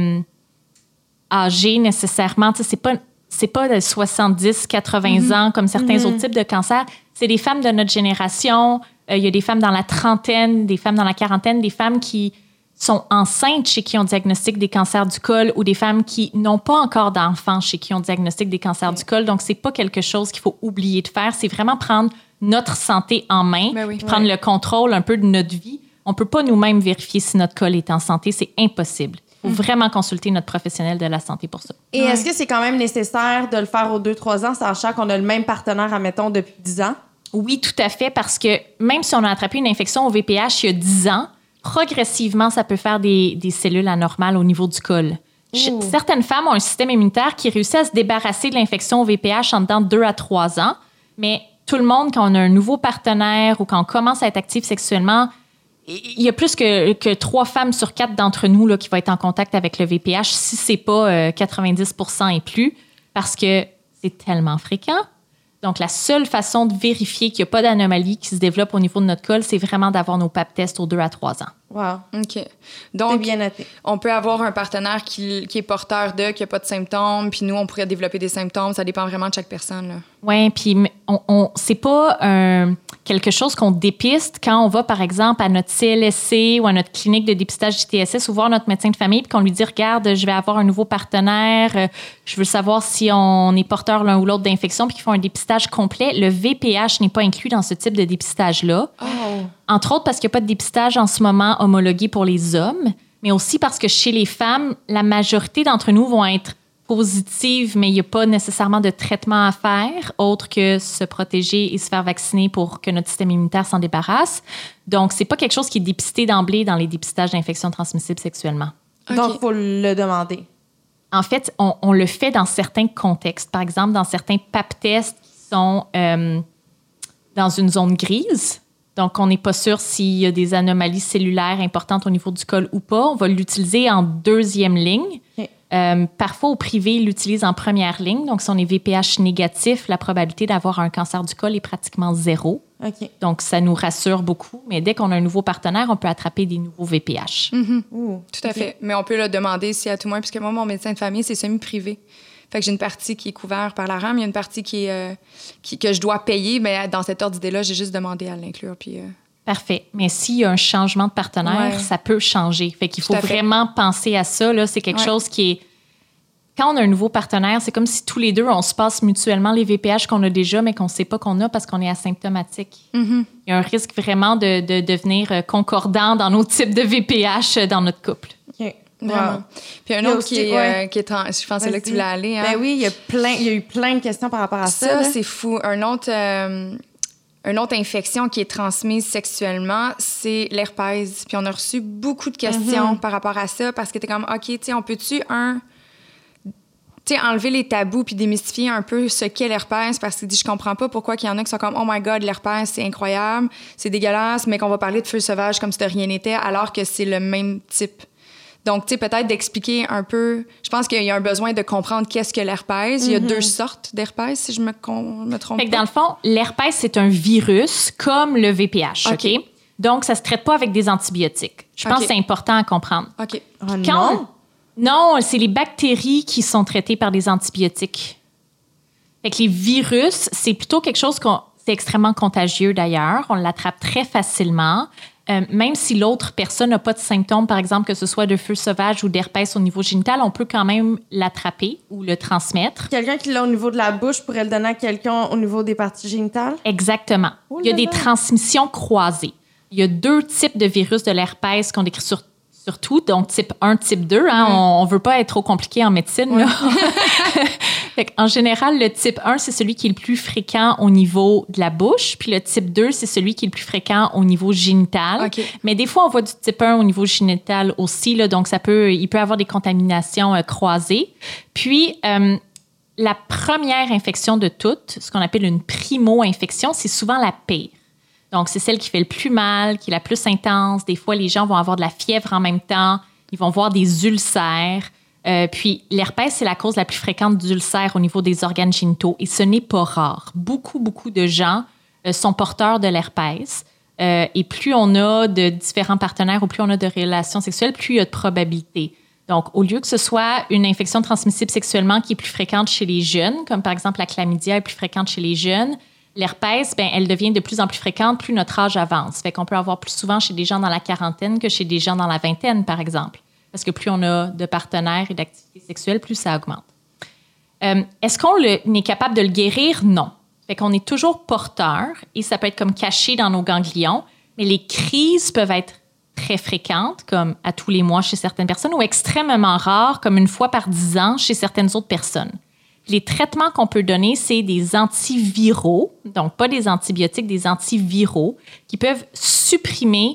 âgées nécessairement. Tu sais, c'est pas de 70, 80 ans comme certains autres types de cancers. C'est des femmes de notre génération. Il y a des femmes dans la trentaine, des femmes dans la quarantaine, des femmes qui sont enceintes chez qui on diagnostique des cancers du col ou des femmes qui n'ont pas encore d'enfants chez qui on diagnostique des cancers du col. Donc, c'est pas quelque chose qu'il faut oublier de faire. C'est vraiment prendre notre santé en main, prendre le contrôle un peu de notre vie. On peut pas nous-mêmes vérifier si notre col est en santé. C'est impossible. Il faut vraiment consulter notre professionnel de la santé pour ça. Et est-ce que c'est quand même nécessaire de le faire aux 2-3 ans, sachant qu'on a le même partenaire, admettons, depuis 10 ans? Oui, tout à fait, parce que même si on a attrapé une infection au VPH il y a 10 ans, progressivement, ça peut faire des cellules anormales au niveau du col. Certaines femmes ont un système immunitaire qui réussit à se débarrasser de l'infection au VPH en dedans de 2 à 3 ans, mais tout le monde, quand on a un nouveau partenaire ou quand on commence à être actif sexuellement, il y a plus que 3 femmes sur 4 d'entre nous là, qui vont être en contact avec le VPH si c'est pas 90% et plus, parce que c'est tellement fréquent. Donc, la seule façon de vérifier qu'il n'y a pas d'anomalie qui se développe au niveau de notre col, c'est vraiment d'avoir nos Pap tests aux 2 à 3 ans. Wow. OK. Donc, c'est bien noté. On peut avoir un partenaire qui est porteur de, qui n'a pas de symptômes, puis nous, on pourrait développer des symptômes. Ça dépend vraiment de chaque personne. Oui, puis c'est pas quelque chose qu'on dépiste quand on va, par exemple, à notre CLSC ou à notre clinique de dépistage du TSS ou voir notre médecin de famille, puis qu'on lui dit, regarde, je vais avoir un nouveau partenaire, je veux savoir si on est porteur l'un ou l'autre d'infection, puis qu'ils font un dépistage complet. Le VPH n'est pas inclus dans ce type de dépistage-là. Oh. Entre autres parce qu'il n'y a pas de dépistage en ce moment homologué pour les hommes, mais aussi parce que chez les femmes, la majorité d'entre nous vont être positives, mais il n'y a pas nécessairement de traitement à faire, autre que se protéger et se faire vacciner pour que notre système immunitaire s'en débarrasse. Donc, c'est pas quelque chose qui est dépisté d'emblée dans les dépistages d'infections transmissibles sexuellement. Okay. Donc, il faut le demander. En fait, on le fait dans certains contextes. Par exemple, dans certains Pap tests qui sont dans une zone grise. Donc, on n'est pas sûr s'il y a des anomalies cellulaires importantes au niveau du col ou pas. On va l'utiliser en deuxième ligne. Okay. Parfois, au privé, ils l'utilisent en première ligne. Donc, si on est VPH négatif, la probabilité d'avoir un cancer du col est pratiquement 0. Okay. Donc, ça nous rassure beaucoup. Mais dès qu'on a un nouveau partenaire, on peut attraper des nouveaux VPH. Mm-hmm. Tout à fait. Mais on peut le demander si à tout moins, puisque moi, mon médecin de famille, c'est semi-privé. Fait que j'ai une partie qui est couverte par la RAM, il y a une partie que je dois payer, mais dans cet ordre d'idée-là, j'ai juste demandé à l'inclure. Puis, Parfait. Mais s'il y a un changement de partenaire, ça peut changer. Fait qu'il faut vraiment penser à ça. Là. C'est quelque chose qui est... Quand on a un nouveau partenaire, c'est comme si tous les deux, on se passe mutuellement les VPH qu'on a déjà, mais qu'on ne sait pas qu'on a parce qu'on est asymptomatique. Mm-hmm. Il y a un risque vraiment de devenir concordant dans nos types de VPH dans notre couple. OK. Vraiment. Wow. Puis un autre aussi, qui est je pense que c'est là que tu voulais aller. Hein? Ben oui, il y a eu plein de questions par rapport à ça. Ça, c'est fou. Une autre infection qui est transmise sexuellement, c'est l'herpès. Puis on a reçu beaucoup de questions par rapport à ça parce que t'es comme, OK, tu sais, on peut-tu enlever les tabous puis démystifier un peu ce qu'est l'herpès parce que je comprends pas pourquoi il y en a qui sont comme, oh my God, l'herpès, c'est incroyable, c'est dégueulasse, mais qu'on va parler de feu sauvage comme si de rien n'était alors que c'est le même type. Donc, tu sais, peut-être d'expliquer un peu... Je pense qu'il y a un besoin de comprendre qu'est-ce que l'herpès. Il y a 2 sortes d'herpès, si je me trompe pas. Fait que dans le fond, l'herpès, c'est un virus comme le VPH, OK? Donc, ça se traite pas avec des antibiotiques. Je pense que c'est important à comprendre. OK. Non, c'est les bactéries qui sont traitées par des antibiotiques. Fait que les virus, c'est plutôt quelque chose c'est extrêmement contagieux, d'ailleurs. On l'attrape très facilement. Même si l'autre personne n'a pas de symptômes, par exemple, que ce soit de feu sauvage ou d'herpès au niveau génital, on peut quand même l'attraper ou le transmettre. Quelqu'un qui l'a au niveau de la bouche pourrait le donner à quelqu'un au niveau des parties génitales? Exactement. Il y a des transmissions croisées. Il y a 2 types de virus de l'herpès qu'on décrit surtout, donc type 1, type 2. Hein, on ne veut pas être trop compliqué en médecine. Là. En général, le type 1, c'est celui qui est le plus fréquent au niveau de la bouche, puis le type 2, c'est celui qui est le plus fréquent au niveau génital. Okay. Mais des fois, on voit du type 1 au niveau génital aussi, là, donc il peut avoir des contaminations croisées. Puis, la première infection de toutes, ce qu'on appelle une primo-infection, c'est souvent la pire. Donc, c'est celle qui fait le plus mal, qui est la plus intense. Des fois, les gens vont avoir de la fièvre en même temps. Ils vont voir des ulcères. Puis, l'herpès, c'est la cause la plus fréquente d'ulcères au niveau des organes génitaux. Et ce n'est pas rare. Beaucoup de gens sont porteurs de l'herpès. Et plus on a de différents partenaires ou plus on a de relations sexuelles, plus il y a de probabilités. Donc, au lieu que ce soit une infection transmissible sexuellement qui est plus fréquente chez les jeunes, comme par exemple la chlamydia est plus fréquente chez les jeunes, l'herpès, elle devient de plus en plus fréquente plus notre âge avance. Fait qu'on peut avoir plus souvent chez des gens dans la quarantaine que chez des gens dans la vingtaine, par exemple. Parce que plus on a de partenaires et d'activités sexuelles, plus ça augmente. Est-ce qu'on est capable de le guérir? Non. Fait qu'on est toujours porteur et ça peut être comme caché dans nos ganglions, mais les crises peuvent être très fréquentes, comme à tous les mois chez certaines personnes, ou extrêmement rares, comme une fois par 10 ans chez certaines autres personnes. Les traitements qu'on peut donner, c'est des antiviraux, donc pas des antibiotiques, des antiviraux, qui peuvent supprimer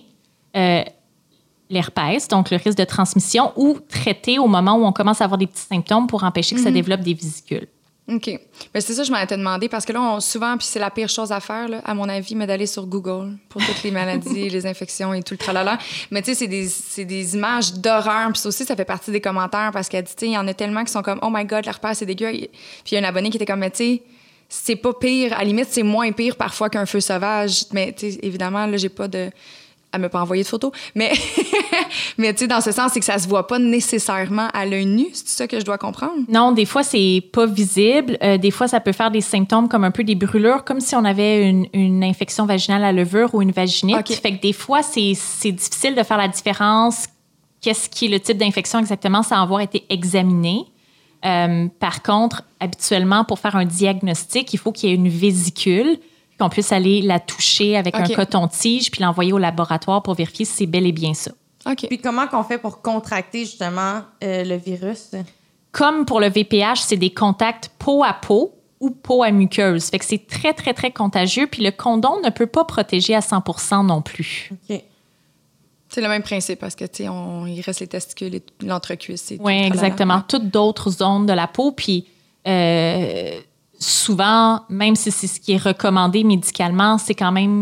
l'herpès, donc le risque de transmission, ou traiter au moment où on commence à avoir des petits symptômes pour empêcher que ça développe des vésicules. OK. Bien, c'est ça que je m'en étais demandé, parce que là, souvent, puis c'est la pire chose à faire, là, à mon avis, mais d'aller sur Google pour toutes les maladies, les infections et tout le tralala. Mais tu sais, c'est des images d'horreur. Puis ça aussi, ça fait partie des commentaires, parce qu'elle dit, tu sais, il y en a tellement qui sont comme, oh my God, l'herpès, c'est dégueu. Puis il y a un abonné qui était comme, mais tu sais, c'est pas pire. À la limite, c'est moins pire parfois qu'un feu sauvage. Mais tu sais, évidemment, là, j'ai pas de... Elle m'a pas envoyé de photos, mais mais tu sais, dans ce sens, c'est que ça se voit pas nécessairement à l'œil nu. C'est ça que je dois comprendre? Non, des fois, c'est pas visible. Des fois, ça peut faire des symptômes comme un peu des brûlures, comme si on avait une infection vaginale à levure ou une vaginite. Okay. Fait que des fois, c'est difficile de faire la différence. Qu'est-ce qui est le type d'infection exactement sans avoir été examiné? Par contre, habituellement, pour faire un diagnostic, il faut qu'il y ait une vésicule, qu'on puisse aller la toucher avec un coton-tige puis l'envoyer au laboratoire pour vérifier si c'est bel et bien ça. OK. Puis comment qu'on fait pour contracter justement le virus? Comme pour le VPH, c'est des contacts peau à peau ou peau à muqueuse. Fait que c'est très, très, très contagieux. Puis le condom ne peut pas protéger à 100% non plus. OK. C'est le même principe parce que, tu sais, il reste les testicules et l'entrecuisse. Oui, exactement. Toutes d'autres zones de la peau. Puis... souvent, même si c'est ce qui est recommandé médicalement, c'est quand même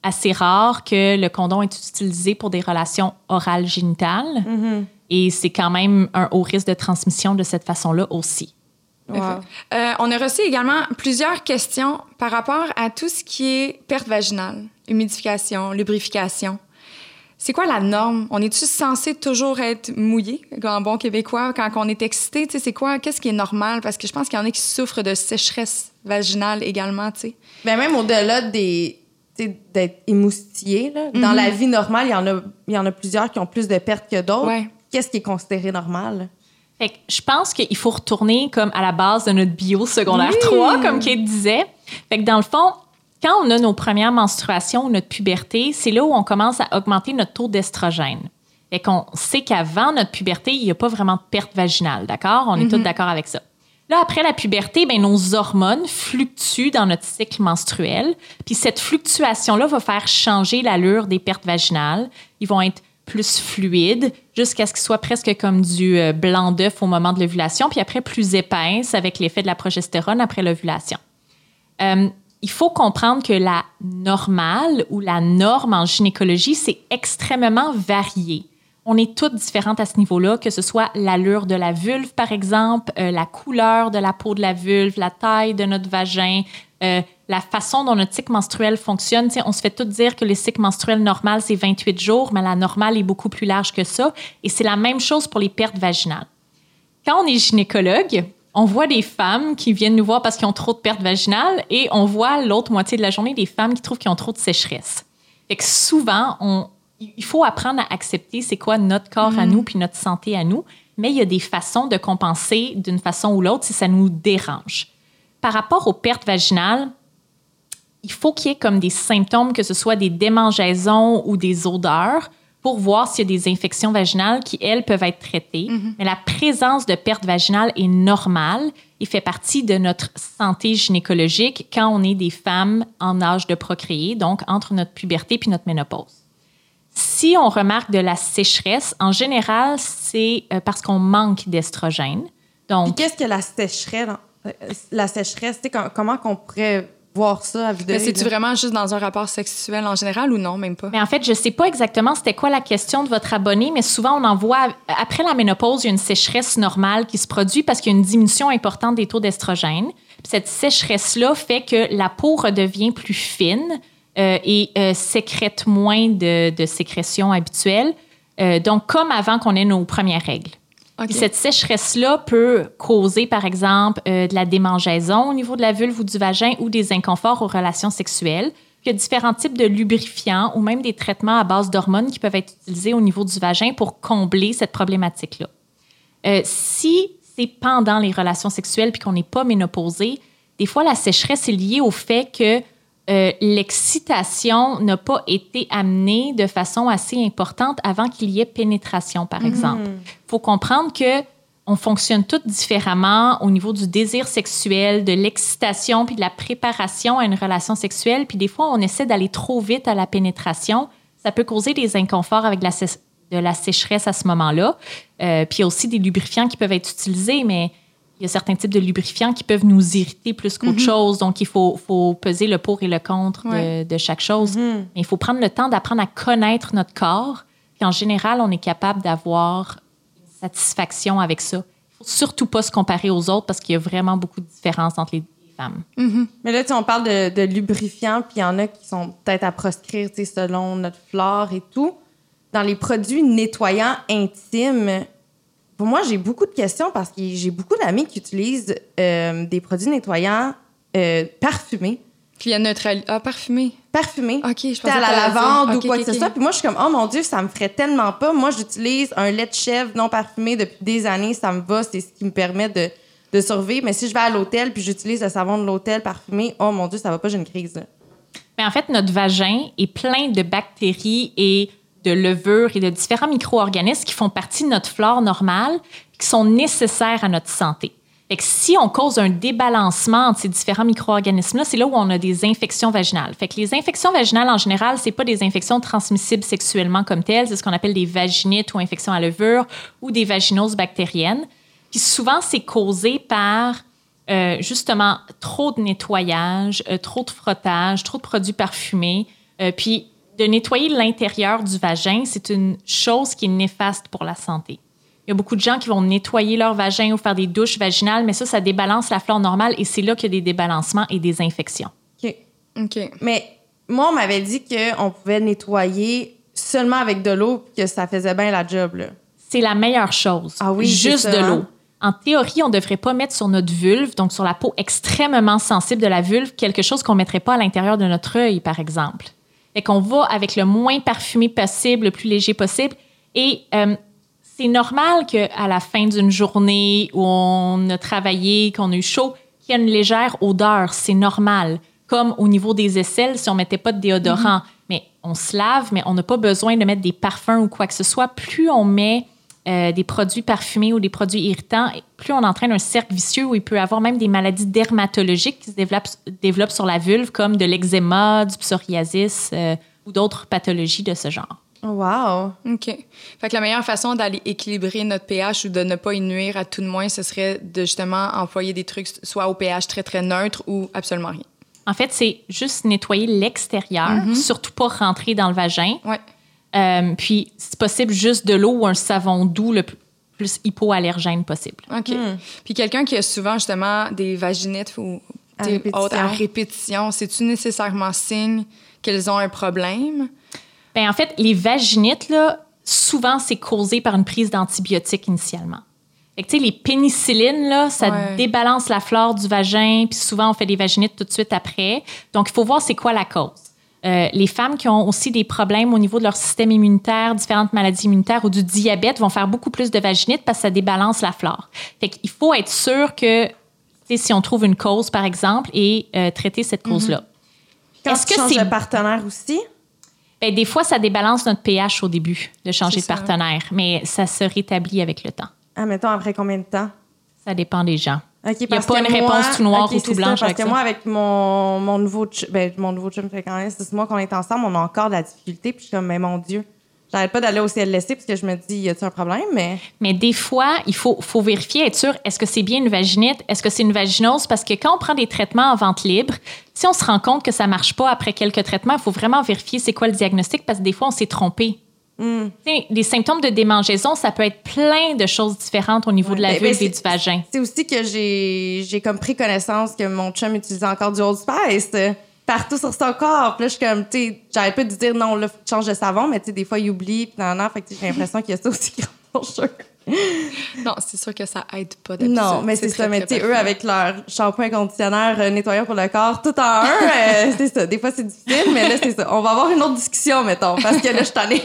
assez rare que le condom est utilisé pour des relations orales génitales. Mm-hmm. Et c'est quand même un haut risque de transmission de cette façon-là aussi. Wow. On a reçu également plusieurs questions par rapport à tout ce qui est perte vaginale, humidification, lubrification. C'est quoi la norme? On est-tu censé toujours être mouillé, en bon québécois, quand on est excité? C'est quoi? Qu'est-ce qui est normal? Parce que je pense qu'il y en a qui souffrent de sécheresse vaginale également, tu sais. Ben même au-delà d'être émoustillé, là, dans la vie normale, il y en a plusieurs qui ont plus de pertes que d'autres. Ouais. Qu'est-ce qui est considéré normal? Fait que je pense qu'il faut retourner comme à la base de notre bio secondaire 3, comme Kate disait. Fait que dans le fond, quand on a nos premières menstruations ou notre puberté, c'est là où on commence à augmenter notre taux d'estrogène. Fait qu'on sait qu'avant notre puberté, il n'y a pas vraiment de perte vaginale, d'accord? On est tous d'accord avec ça. Là, après la puberté, ben, nos hormones fluctuent dans notre cycle menstruel. Puis cette fluctuation-là va faire changer l'allure des pertes vaginales. Ils vont être plus fluides jusqu'à ce qu'ils soient presque comme du blanc d'œuf au moment de l'ovulation, puis après plus épaisse avec l'effet de la progestérone après l'ovulation. Il faut comprendre que la normale ou la norme en gynécologie, c'est extrêmement varié. On est toutes différentes à ce niveau-là, que ce soit l'allure de la vulve, par exemple, la couleur de la peau de la vulve, la taille de notre vagin, la façon dont notre cycle menstruel fonctionne. T'sais, on se fait tout dire que le cycle menstruel normal, c'est 28 jours, mais la normale est beaucoup plus large que ça. Et c'est la même chose pour les pertes vaginales. Quand on est gynécologue, on voit des femmes qui viennent nous voir parce qu'ils ont trop de pertes vaginales et on voit l'autre moitié de la journée des femmes qui trouvent qu'ils ont trop de sécheresse. Fait que souvent, il faut apprendre à accepter c'est quoi notre corps à nous puis notre santé à nous, mais il y a des façons de compenser d'une façon ou l'autre si ça nous dérange. Par rapport aux pertes vaginales, il faut qu'il y ait comme des symptômes, que ce soit des démangeaisons ou des odeurs, pour voir s'il y a des infections vaginales qui, elles, peuvent être traitées. Mais la présence de pertes vaginales est normale et fait partie de notre santé gynécologique quand on est des femmes en âge de procréer, donc entre notre puberté puis notre ménopause. Si on remarque de la sécheresse, en général, c'est parce qu'on manque d'estrogène. Donc, puis qu'est-ce que la sécheresse? La sécheresse, comment qu'on pourrait voir ça à vue d'œil? Mais c'est-tu vraiment juste dans un rapport sexuel en général ou non, même pas? Mais en fait, je sais pas exactement c'était quoi la question de votre abonné, mais souvent, on en voit, après la ménopause, il y a une sécheresse normale qui se produit parce qu'il y a une diminution importante des taux d'estrogène. Puis cette sécheresse-là fait que la peau redevient plus fine et sécrète moins de sécrétions habituelles. Donc, comme avant qu'on ait nos premières règles. Okay. Puis cette sécheresse-là peut causer, par exemple, de la démangeaison au niveau de la vulve ou du vagin ou des inconforts aux relations sexuelles. Il y a différents types de lubrifiants ou même des traitements à base d'hormones qui peuvent être utilisés au niveau du vagin pour combler cette problématique-là. Si c'est pendant les relations sexuelles puis qu'on n'est pas ménopausé, des fois, la sécheresse est liée au fait que l'excitation n'a pas été amenée de façon assez importante avant qu'il y ait pénétration, par exemple. Il faut comprendre qu'on fonctionne toutes différemment au niveau du désir sexuel, de l'excitation puis de la préparation à une relation sexuelle. Puis des fois, on essaie d'aller trop vite à la pénétration. Ça peut causer des inconforts avec de la sécheresse à ce moment-là. Puis il y a aussi des lubrifiants qui peuvent être utilisés, mais il y a certains types de lubrifiants qui peuvent nous irriter plus qu'autre chose. Donc, il faut peser le pour et le contre de chaque chose. Mais il faut prendre le temps d'apprendre à connaître notre corps. Puis en général, on est capable d'avoir une satisfaction avec ça. Il ne faut surtout pas se comparer aux autres parce qu'il y a vraiment beaucoup de différences entre les femmes. Mais là, on parle de lubrifiants, puis il y en a qui sont peut-être à proscrire selon notre flore et tout. Dans les produits nettoyants intimes, pour moi, j'ai beaucoup de questions parce que j'ai beaucoup d'amis qui utilisent des produits nettoyants parfumés. Qui viennent neutraliser. Ah, parfumés. Parfumés. OK, je pensais à la lavande ou okay, quoi que ce soit. Puis moi, je suis comme, oh mon Dieu, ça me ferait tellement pas. Moi, j'utilise un lait de chèvre non parfumé depuis des années. Ça me va. C'est ce qui me permet de survivre. Mais si je vais à l'hôtel puis j'utilise le savon de l'hôtel parfumé, oh mon Dieu, ça va pas, j'ai une crise. Là. Mais en fait, notre vagin est plein de bactéries et de levures et de différents micro-organismes qui font partie de notre flore normale, qui sont nécessaires à notre santé. Fait que si on cause un débalancement entre ces différents micro-organismes-là, c'est là où on a des infections vaginales. Fait que les infections vaginales, en général, c'est pas des infections transmissibles sexuellement comme telles, c'est ce qu'on appelle des vaginites ou infections à levure ou des vaginoses bactériennes. Puis souvent, c'est causé par justement trop de nettoyage, trop de frottage, trop de produits parfumés, Puis, de nettoyer l'intérieur du vagin, c'est une chose qui est néfaste pour la santé. Il y a beaucoup de gens qui vont nettoyer leur vagin ou faire des douches vaginales, mais ça débalance la flore normale et c'est là qu'il y a des débalancements et des infections. OK. Mais moi, on m'avait dit qu'on pouvait nettoyer seulement avec de l'eau et que ça faisait bien la job, là. C'est la meilleure chose. Ah oui, juste de l'eau. En théorie, on ne devrait pas mettre sur notre vulve, donc sur la peau extrêmement sensible de la vulve, quelque chose qu'on ne mettrait pas à l'intérieur de notre œil, par exemple. Fait qu'on va avec le moins parfumé possible, le plus léger possible. Et c'est normal qu'à la fin d'une journée où on a travaillé, qu'on a eu chaud, qu'il y ait une légère odeur. C'est normal. Comme au niveau des aisselles, si on ne mettait pas de déodorant. Mais on se lave, mais on n'a pas besoin de mettre des parfums ou quoi que ce soit. Plus on met des produits parfumés ou des produits irritants, plus on entraîne un cercle vicieux où il peut y avoir même des maladies dermatologiques qui se développent sur la vulve, comme de l'eczéma, du psoriasis ou d'autres pathologies de ce genre. Wow! OK. Fait que la meilleure façon d'aller équilibrer notre pH ou de ne pas y nuire à tout de moins, ce serait de justement employer des trucs soit au pH très, très neutre ou absolument rien. En fait, c'est juste nettoyer l'extérieur, surtout pas rentrer dans le vagin. Ouais. Puis, c'est possible juste de l'eau ou un savon doux le plus hypoallergène possible. OK. Puis quelqu'un qui a souvent justement des vaginites ou à répétition, c'est-tu nécessairement signe qu'elles ont un problème? Bien, en fait, les vaginites, là, souvent, c'est causé par une prise d'antibiotiques initialement. Fait que, tu sais, les pénicillines, là, ça débalance la flore du vagin, puis souvent, on fait des vaginites tout de suite après. Donc, il faut voir c'est quoi la cause. Les femmes qui ont aussi des problèmes au niveau de leur système immunitaire, différentes maladies immunitaires ou du diabète vont faire beaucoup plus de vaginites parce que ça débalance la flore. Fait qu'il faut être sûr que, tu sais, si on trouve une cause, par exemple, et traiter cette cause-là. Est-ce que c'est de partenaire aussi? Bien, des fois, ça débalance notre pH au début de changer de partenaire, mais ça se rétablit avec le temps. Ah, mettons, après combien de temps? Ça dépend des gens. Okay, il n'y a pas une réponse tout noir ou tout blanche avec ça. Parce que moi, avec mon nouveau chum, fait quand même 6 mois qu'on est ensemble, on a encore de la difficulté. Puis je suis comme, mais mon Dieu, j'arrête pas d'aller au CLSC parce que je me dis, y a-t-il un problème? Mais des fois, il faut vérifier, être sûr, est-ce que c'est bien une vaginite? Est-ce que c'est une vaginose? Parce que quand on prend des traitements en vente libre, si on se rend compte que ça marche pas après quelques traitements, il faut vraiment vérifier c'est quoi le diagnostic parce que des fois, on s'est trompé. Les symptômes de démangeaison, ça peut être plein de choses différentes au niveau de la vulve et du vagin. C'est aussi que j'ai comme pris connaissance que mon chum utilisait encore du Old Spice partout sur son corps. Puis là, je suis comme, tu sais, j'arrête pas de dire non, là, faut que tu changes de savon, mais tu sais, des fois, il oublie, puis fait que j'ai l'impression qu'il y a ça aussi grand chose. Non, c'est sûr que ça aide pas d'habitude. Non, mais c'est ça. Mais tu sais, eux, avec leur shampoing conditionneur nettoyant pour le corps, tout en un, c'est ça. Des fois, c'est difficile, mais là, c'est ça. On va avoir une autre discussion, mettons, parce que là, je suis allée.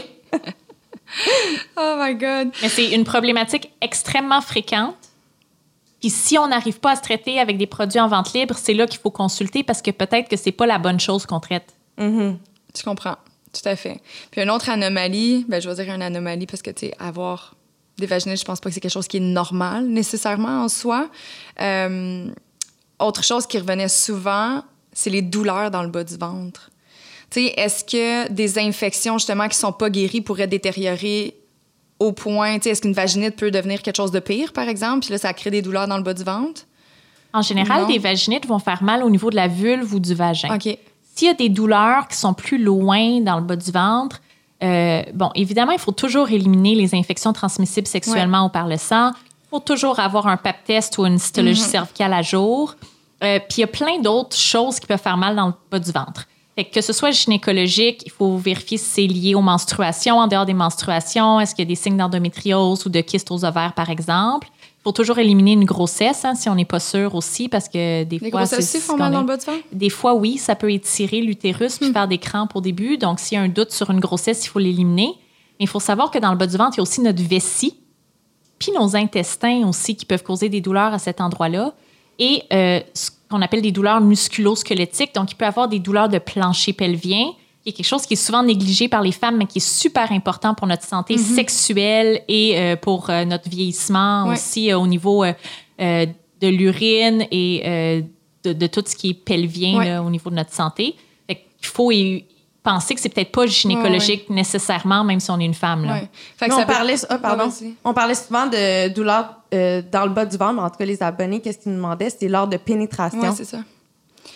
Oh my God! Mais c'est une problématique extrêmement fréquente. Puis si on n'arrive pas à se traiter avec des produits en vente libre, c'est là qu'il faut consulter parce que peut-être que c'est pas la bonne chose qu'on traite. Tu comprends. Tout à fait. Puis une autre anomalie, je vais dire une anomalie parce que, tu sais, avoir des vaginites, je pense pas que c'est quelque chose qui est normal nécessairement en soi. Autre chose qui revenait souvent, c'est les douleurs dans le bas du ventre. Tu sais, est-ce que des infections, justement, qui sont pas guéries pourraient détériorer au point... Tu sais, est-ce qu'une vaginite peut devenir quelque chose de pire, par exemple? Puis là, ça crée des douleurs dans le bas du ventre? En général, des vaginites vont faire mal au niveau de la vulve ou du vagin. OK. S'il y a des douleurs qui sont plus loin dans le bas du ventre, évidemment, il faut toujours éliminer les infections transmissibles sexuellement ou par le sang. Il faut toujours avoir un pap test ou une cytologie cervicale à jour. Puis il y a plein d'autres choses qui peuvent faire mal dans le bas du ventre. Fait que ce soit gynécologique, il faut vérifier si c'est lié aux menstruations, en dehors des menstruations, est-ce qu'il y a des signes d'endométriose ou de kyste aux ovaires, par exemple. Il faut toujours éliminer une grossesse, si on n'est pas sûr aussi, parce que des fois... Les grossesses aussi font mal dans le bas du ventre? Des fois, oui, ça peut étirer l'utérus puis faire des crampes au début. Donc, s'il y a un doute sur une grossesse, il faut l'éliminer. Mais il faut savoir que dans le bas du ventre, il y a aussi notre vessie, puis nos intestins aussi qui peuvent causer des douleurs à cet endroit-là. Et ce qu'on appelle des douleurs musculo-squelettiques. Donc, il peut y avoir des douleurs de plancher pelvien, qui est quelque chose qui est souvent négligé par les femmes, mais qui est super important pour notre santé sexuelle et pour notre vieillissement aussi au niveau de l'urine et de tout ce qui est pelvien là, au niveau de notre santé. Fait qu'il faut penser que c'est peut-être pas gynécologique nécessairement, même si on est une femme. Là. Fait que on parlait souvent de douleurs dans le bas du ventre, mais en tout cas, les abonnés, qu'est-ce qu'ils nous demandaient? C'était lors de pénétration. Oui, c'est ça.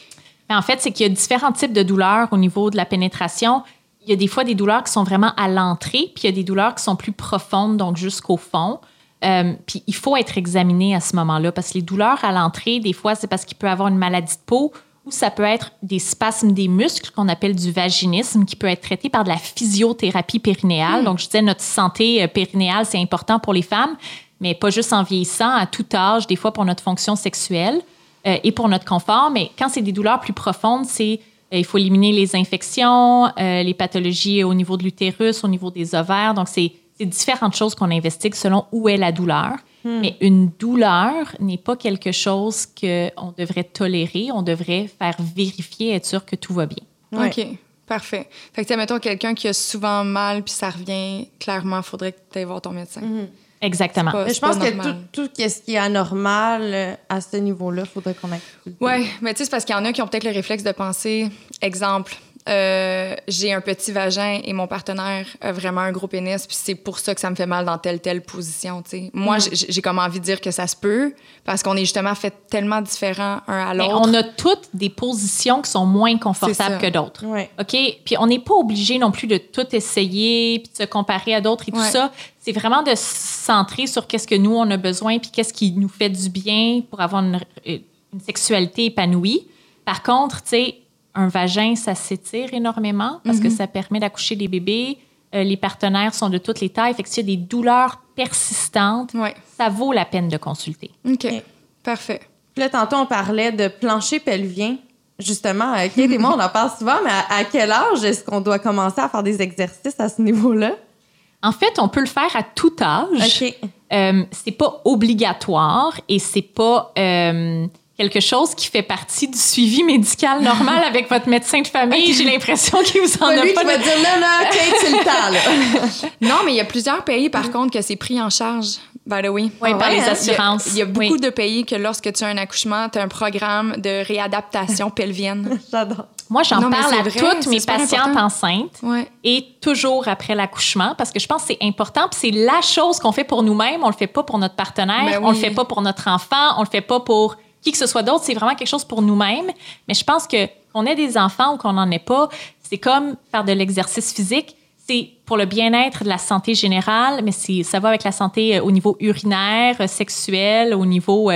Mais en fait, c'est qu'il y a différents types de douleurs au niveau de la pénétration. Il y a des fois des douleurs qui sont vraiment à l'entrée, puis il y a des douleurs qui sont plus profondes, donc jusqu'au fond. Puis il faut être examiné à ce moment-là, parce que les douleurs à l'entrée, des fois, c'est parce qu'il peut avoir une maladie de peau ou ça peut être des spasmes des muscles qu'on appelle du vaginisme, qui peut être traité par de la physiothérapie périnéale. Donc, je disais, notre santé périnéale, c'est important pour les femmes, mais pas juste en vieillissant, à tout âge, des fois pour notre fonction sexuelle et pour notre confort. Mais quand c'est des douleurs plus profondes, il faut éliminer les infections, les pathologies au niveau de l'utérus, au niveau des ovaires. Donc, c'est différentes choses qu'on investigue selon où est la douleur. Mais une douleur n'est pas quelque chose qu'on devrait tolérer. On devrait faire vérifier, être sûr que tout va bien. Ouais. OK, parfait. Fait que, mettons, quelqu'un qui a souvent mal puis ça revient, clairement, il faudrait que tu ailles voir ton médecin. Exactement. Je pense que tout ce qui est anormal à ce niveau-là, il faudrait qu'on accuse. Oui, mais tu sais, c'est parce qu'il y en a qui ont peut-être le réflexe de penser, exemple, j'ai un petit vagin et mon partenaire a vraiment un gros pénis, puis c'est pour ça que ça me fait mal dans telle position, tu sais. Moi, j'ai comme envie de dire que ça se peut, parce qu'on est justement fait tellement différents un à l'autre. Mais on a toutes des positions qui sont moins confortables que d'autres. Ouais. OK? Puis on n'est pas obligé non plus de tout essayer, puis de se comparer à d'autres et tout ça. C'est vraiment de se centrer sur qu'est-ce que nous, on a besoin, puis qu'est-ce qui nous fait du bien pour avoir une sexualité épanouie. Par contre, tu sais, un vagin, ça s'étire énormément parce que ça permet d'accoucher des bébés. Les partenaires sont de toutes les tailles. Fait que s'il y a des douleurs persistantes, ça vaut la peine de consulter. OK. Parfait. Puis là, tantôt, on parlait de plancher pelvien. Justement, Kate et moi, on en parle souvent, mais à quel âge est-ce qu'on doit commencer à faire des exercices à ce niveau-là? En fait, on peut le faire à tout âge. OK. C'est pas obligatoire et c'est pas... quelque chose qui fait partie du suivi médical normal avec votre médecin de famille. J'ai l'impression qu'il vous en a lui pas. Lui qui va dire non, Kate, c'est le temps, là. Non, mais il y a plusieurs pays, par contre, que c'est pris en charge, by the way. Oui, par les assurances. Il y a beaucoup de pays que lorsque tu as un accouchement, tu as un programme de réadaptation pelvienne. J'adore. Moi, j'en parle à toutes mes patientes important. enceintes et toujours après l'accouchement parce que je pense que c'est important. Puis c'est la chose qu'on fait pour nous-mêmes. On le fait pas pour notre partenaire. On le fait pas pour notre enfant. On le fait pas pour qui que ce soit d'autre, c'est vraiment quelque chose pour nous-mêmes. Mais je pense qu'on ait des enfants ou qu'on n'en ait pas, c'est comme faire de l'exercice physique. C'est pour le bien-être de la santé générale, mais ça va avec la santé au niveau urinaire, sexuel, au niveau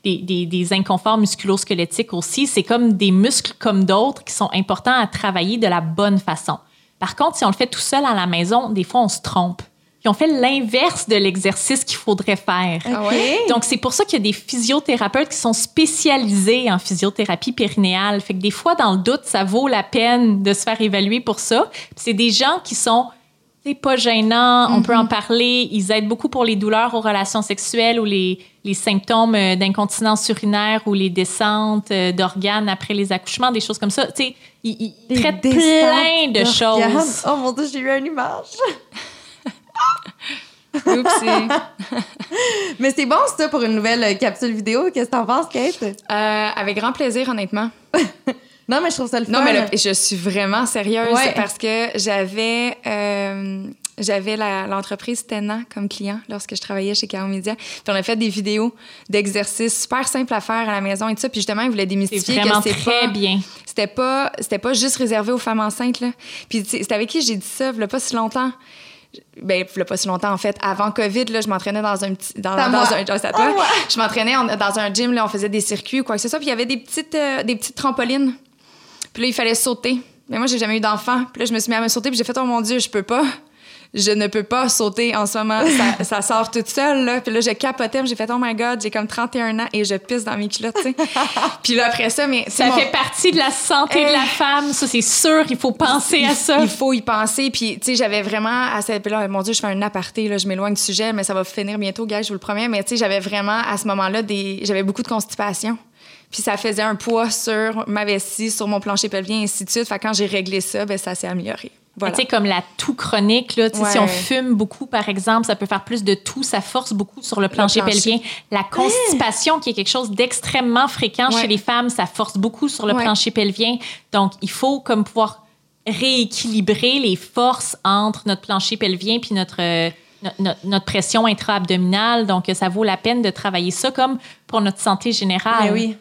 des inconforts musculo-squelettiques aussi. C'est comme des muscles comme d'autres qui sont importants à travailler de la bonne façon. Par contre, si on le fait tout seul à la maison, des fois, on se trompe. Puis on fait l'inverse de l'exercice qu'il faudrait faire. Okay. Donc, c'est pour ça qu'il y a des physiothérapeutes qui sont spécialisés en physiothérapie périnéale. Fait que des fois, dans le doute, ça vaut la peine de se faire évaluer pour ça. Puis c'est des gens qui sont pas gênants, on peut en parler. Ils aident beaucoup pour les douleurs aux relations sexuelles ou les symptômes d'incontinence urinaire ou les descentes d'organes après les accouchements, des choses comme ça. Tu sais, ils traitent plein de choses. Oh mon Dieu, j'ai eu une image. Oupsie. Mais c'est bon, ça, pour une nouvelle capsule vidéo. Qu'est-ce que t'en penses, Kate? Avec grand plaisir, honnêtement. Non, mais je trouve ça le fun. Non, mais là, je suis vraiment sérieuse parce que j'avais l'entreprise Tena comme client lorsque je travaillais chez Kao Media. Puis on a fait des vidéos d'exercices super simples à faire à la maison et tout ça. Puis justement, ils voulaient démystifier c'est vraiment que très bien. C'était pas juste réservé aux femmes enceintes, là. Puis c'était avec qui j'ai dit ça, il y a pas si longtemps. Ben, il y a pas si longtemps, en fait. Avant COVID, là, je m'entraînais dans un petit... Je m'entraînais dans un gym, là, on faisait des circuits ou quoi que ce soit. Puis il y avait des petites trampolines. Puis là, il fallait sauter. Mais moi, j'ai jamais eu d'enfant. Puis là, je me suis mis à me sauter. Puis j'ai fait, oh mon Dieu, je ne peux pas sauter en ce moment. Ça sort toute seule, là. Puis là, je capotais. J'ai fait, oh my God, j'ai comme 31 ans et je pisse dans mes culottes, tu sais. Puis là, après ça, mais... Ça fait partie de la santé de la femme. Ça, c'est sûr. Il faut penser à ça. Il faut y penser. Puis, tu sais, j'avais vraiment... Puis là, mon Dieu, je fais un aparté, là. Je m'éloigne du sujet, mais ça va finir bientôt, gars, je vous le promets. Mais tu sais, j'avais vraiment, à ce moment-là, j'avais beaucoup de constipation. Puis ça faisait un poids sur ma vessie, sur mon plancher pelvien, et ainsi de suite. Fait que quand j'ai réglé ça, ben ça s'est amélioré. Voilà. Tu sais, comme la toux chronique, là, si on fume beaucoup, par exemple, ça peut faire plus de toux, ça force beaucoup sur le plancher pelvien. La constipation, qui est quelque chose d'extrêmement fréquent chez les femmes, ça force beaucoup sur le plancher pelvien. Donc, il faut comme pouvoir rééquilibrer les forces entre notre plancher pelvien puis notre pression intra-abdominale. Donc, ça vaut la peine de travailler ça comme pour notre santé générale. Mais oui.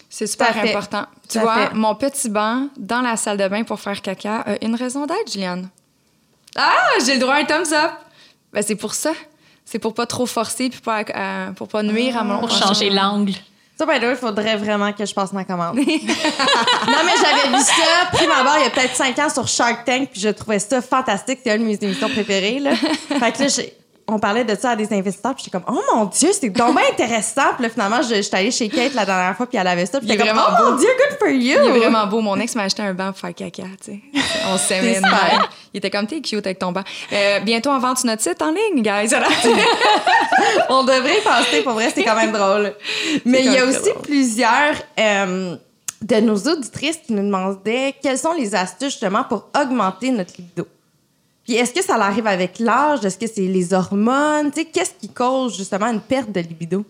C'est super important. Tu vois, mon petit banc dans la salle de bain pour faire caca a une raison d'être, Juliane. Ah, j'ai le droit à un thumbs up! Ben, c'est pour ça. C'est pour pas trop forcer puis pour pas nuire à mon... Pour changer l'angle. Ça, by the way, il faudrait vraiment que je passe ma commande. Non, mais j'avais vu ça, pris ma barre il y a peut-être 5 ans sur Shark Tank, puis je trouvais ça fantastique. C'était une de mes émissions préférées, là. Fait que là, on parlait de ça à des investisseurs, puis j'étais comme, oh mon Dieu, c'est donc bien intéressant. Puis là, finalement, j'étais allée chez Kate la dernière fois, puis elle avait ça. Puis j'étais comme, oh mon Dieu, good for you! Il est vraiment beau. Mon ex m'a acheté un banc pour faire caca, tu sais. On s'aimait. Il était comme, t'es cute avec ton banc. Bientôt en vente sur notre site en ligne, guys. On devrait y penser, pour vrai, c'est quand même drôle. Mais il y a aussi plusieurs de nos auditrices qui nous demandaient quelles sont les astuces, justement, pour augmenter notre libido. Puis est-ce que ça arrive avec l'âge? Est-ce que c'est les hormones? Tu sais, qu'est-ce qui cause justement une perte de libido?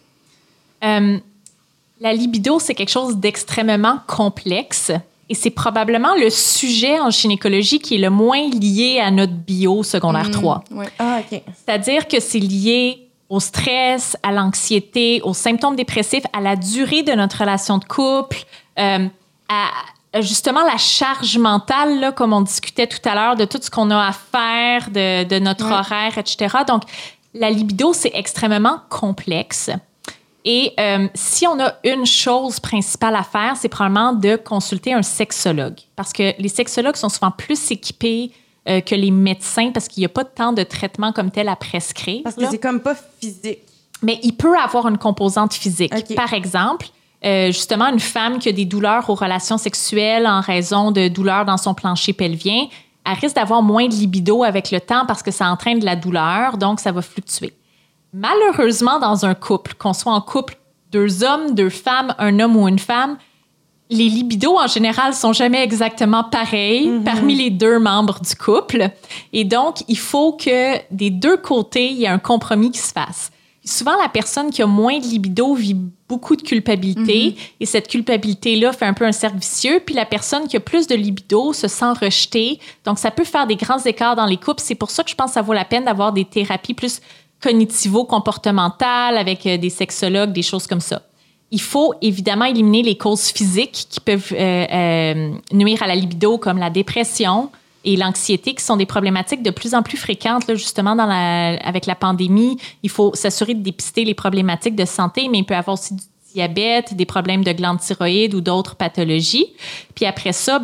La libido, c'est quelque chose d'extrêmement complexe et c'est probablement le sujet en gynécologie qui est le moins lié à notre bio secondaire 3. Ouais. Ah, OK. C'est-à-dire que c'est lié au stress, à l'anxiété, aux symptômes dépressifs, à la durée de notre relation de couple, à justement la charge mentale, là, comme on discutait tout à l'heure, de tout ce qu'on a à faire, de notre horaire, etc. Donc, la libido, c'est extrêmement complexe. Et si on a une chose principale à faire, c'est probablement de consulter un sexologue. Parce que les sexologues sont souvent plus équipés que les médecins parce qu'il n'y a pas tant de traitement comme tel à prescrire. Parce que c'est comme pas physique. Mais il peut avoir une composante physique. Okay. Par exemple, justement, une femme qui a des douleurs aux relations sexuelles en raison de douleurs dans son plancher pelvien, elle risque d'avoir moins de libido avec le temps parce que ça entraîne de la douleur, donc ça va fluctuer. Malheureusement, dans un couple, qu'on soit en couple 2 hommes, 2 femmes, un homme ou une femme, les libidos, en général, sont jamais exactement pareils parmi les 2 membres du couple. Et donc, il faut que des 2 côtés, il y ait un compromis qui se fasse. Souvent, la personne qui a moins de libido vit beaucoup de culpabilité et cette culpabilité-là fait un peu un cercle vicieux. Puis la personne qui a plus de libido se sent rejetée. Donc, ça peut faire des grands écarts dans les couples. C'est pour ça que je pense que ça vaut la peine d'avoir des thérapies plus cognitivo-comportementales avec des sexologues, des choses comme ça. Il faut évidemment éliminer les causes physiques qui peuvent nuire à la libido, comme la dépression et l'anxiété, qui sont des problématiques de plus en plus fréquentes, là, justement, avec la pandémie. Il faut s'assurer de dépister les problématiques de santé, mais il peut y avoir aussi du diabète, des problèmes de glandes thyroïdes ou d'autres pathologies. Puis après ça,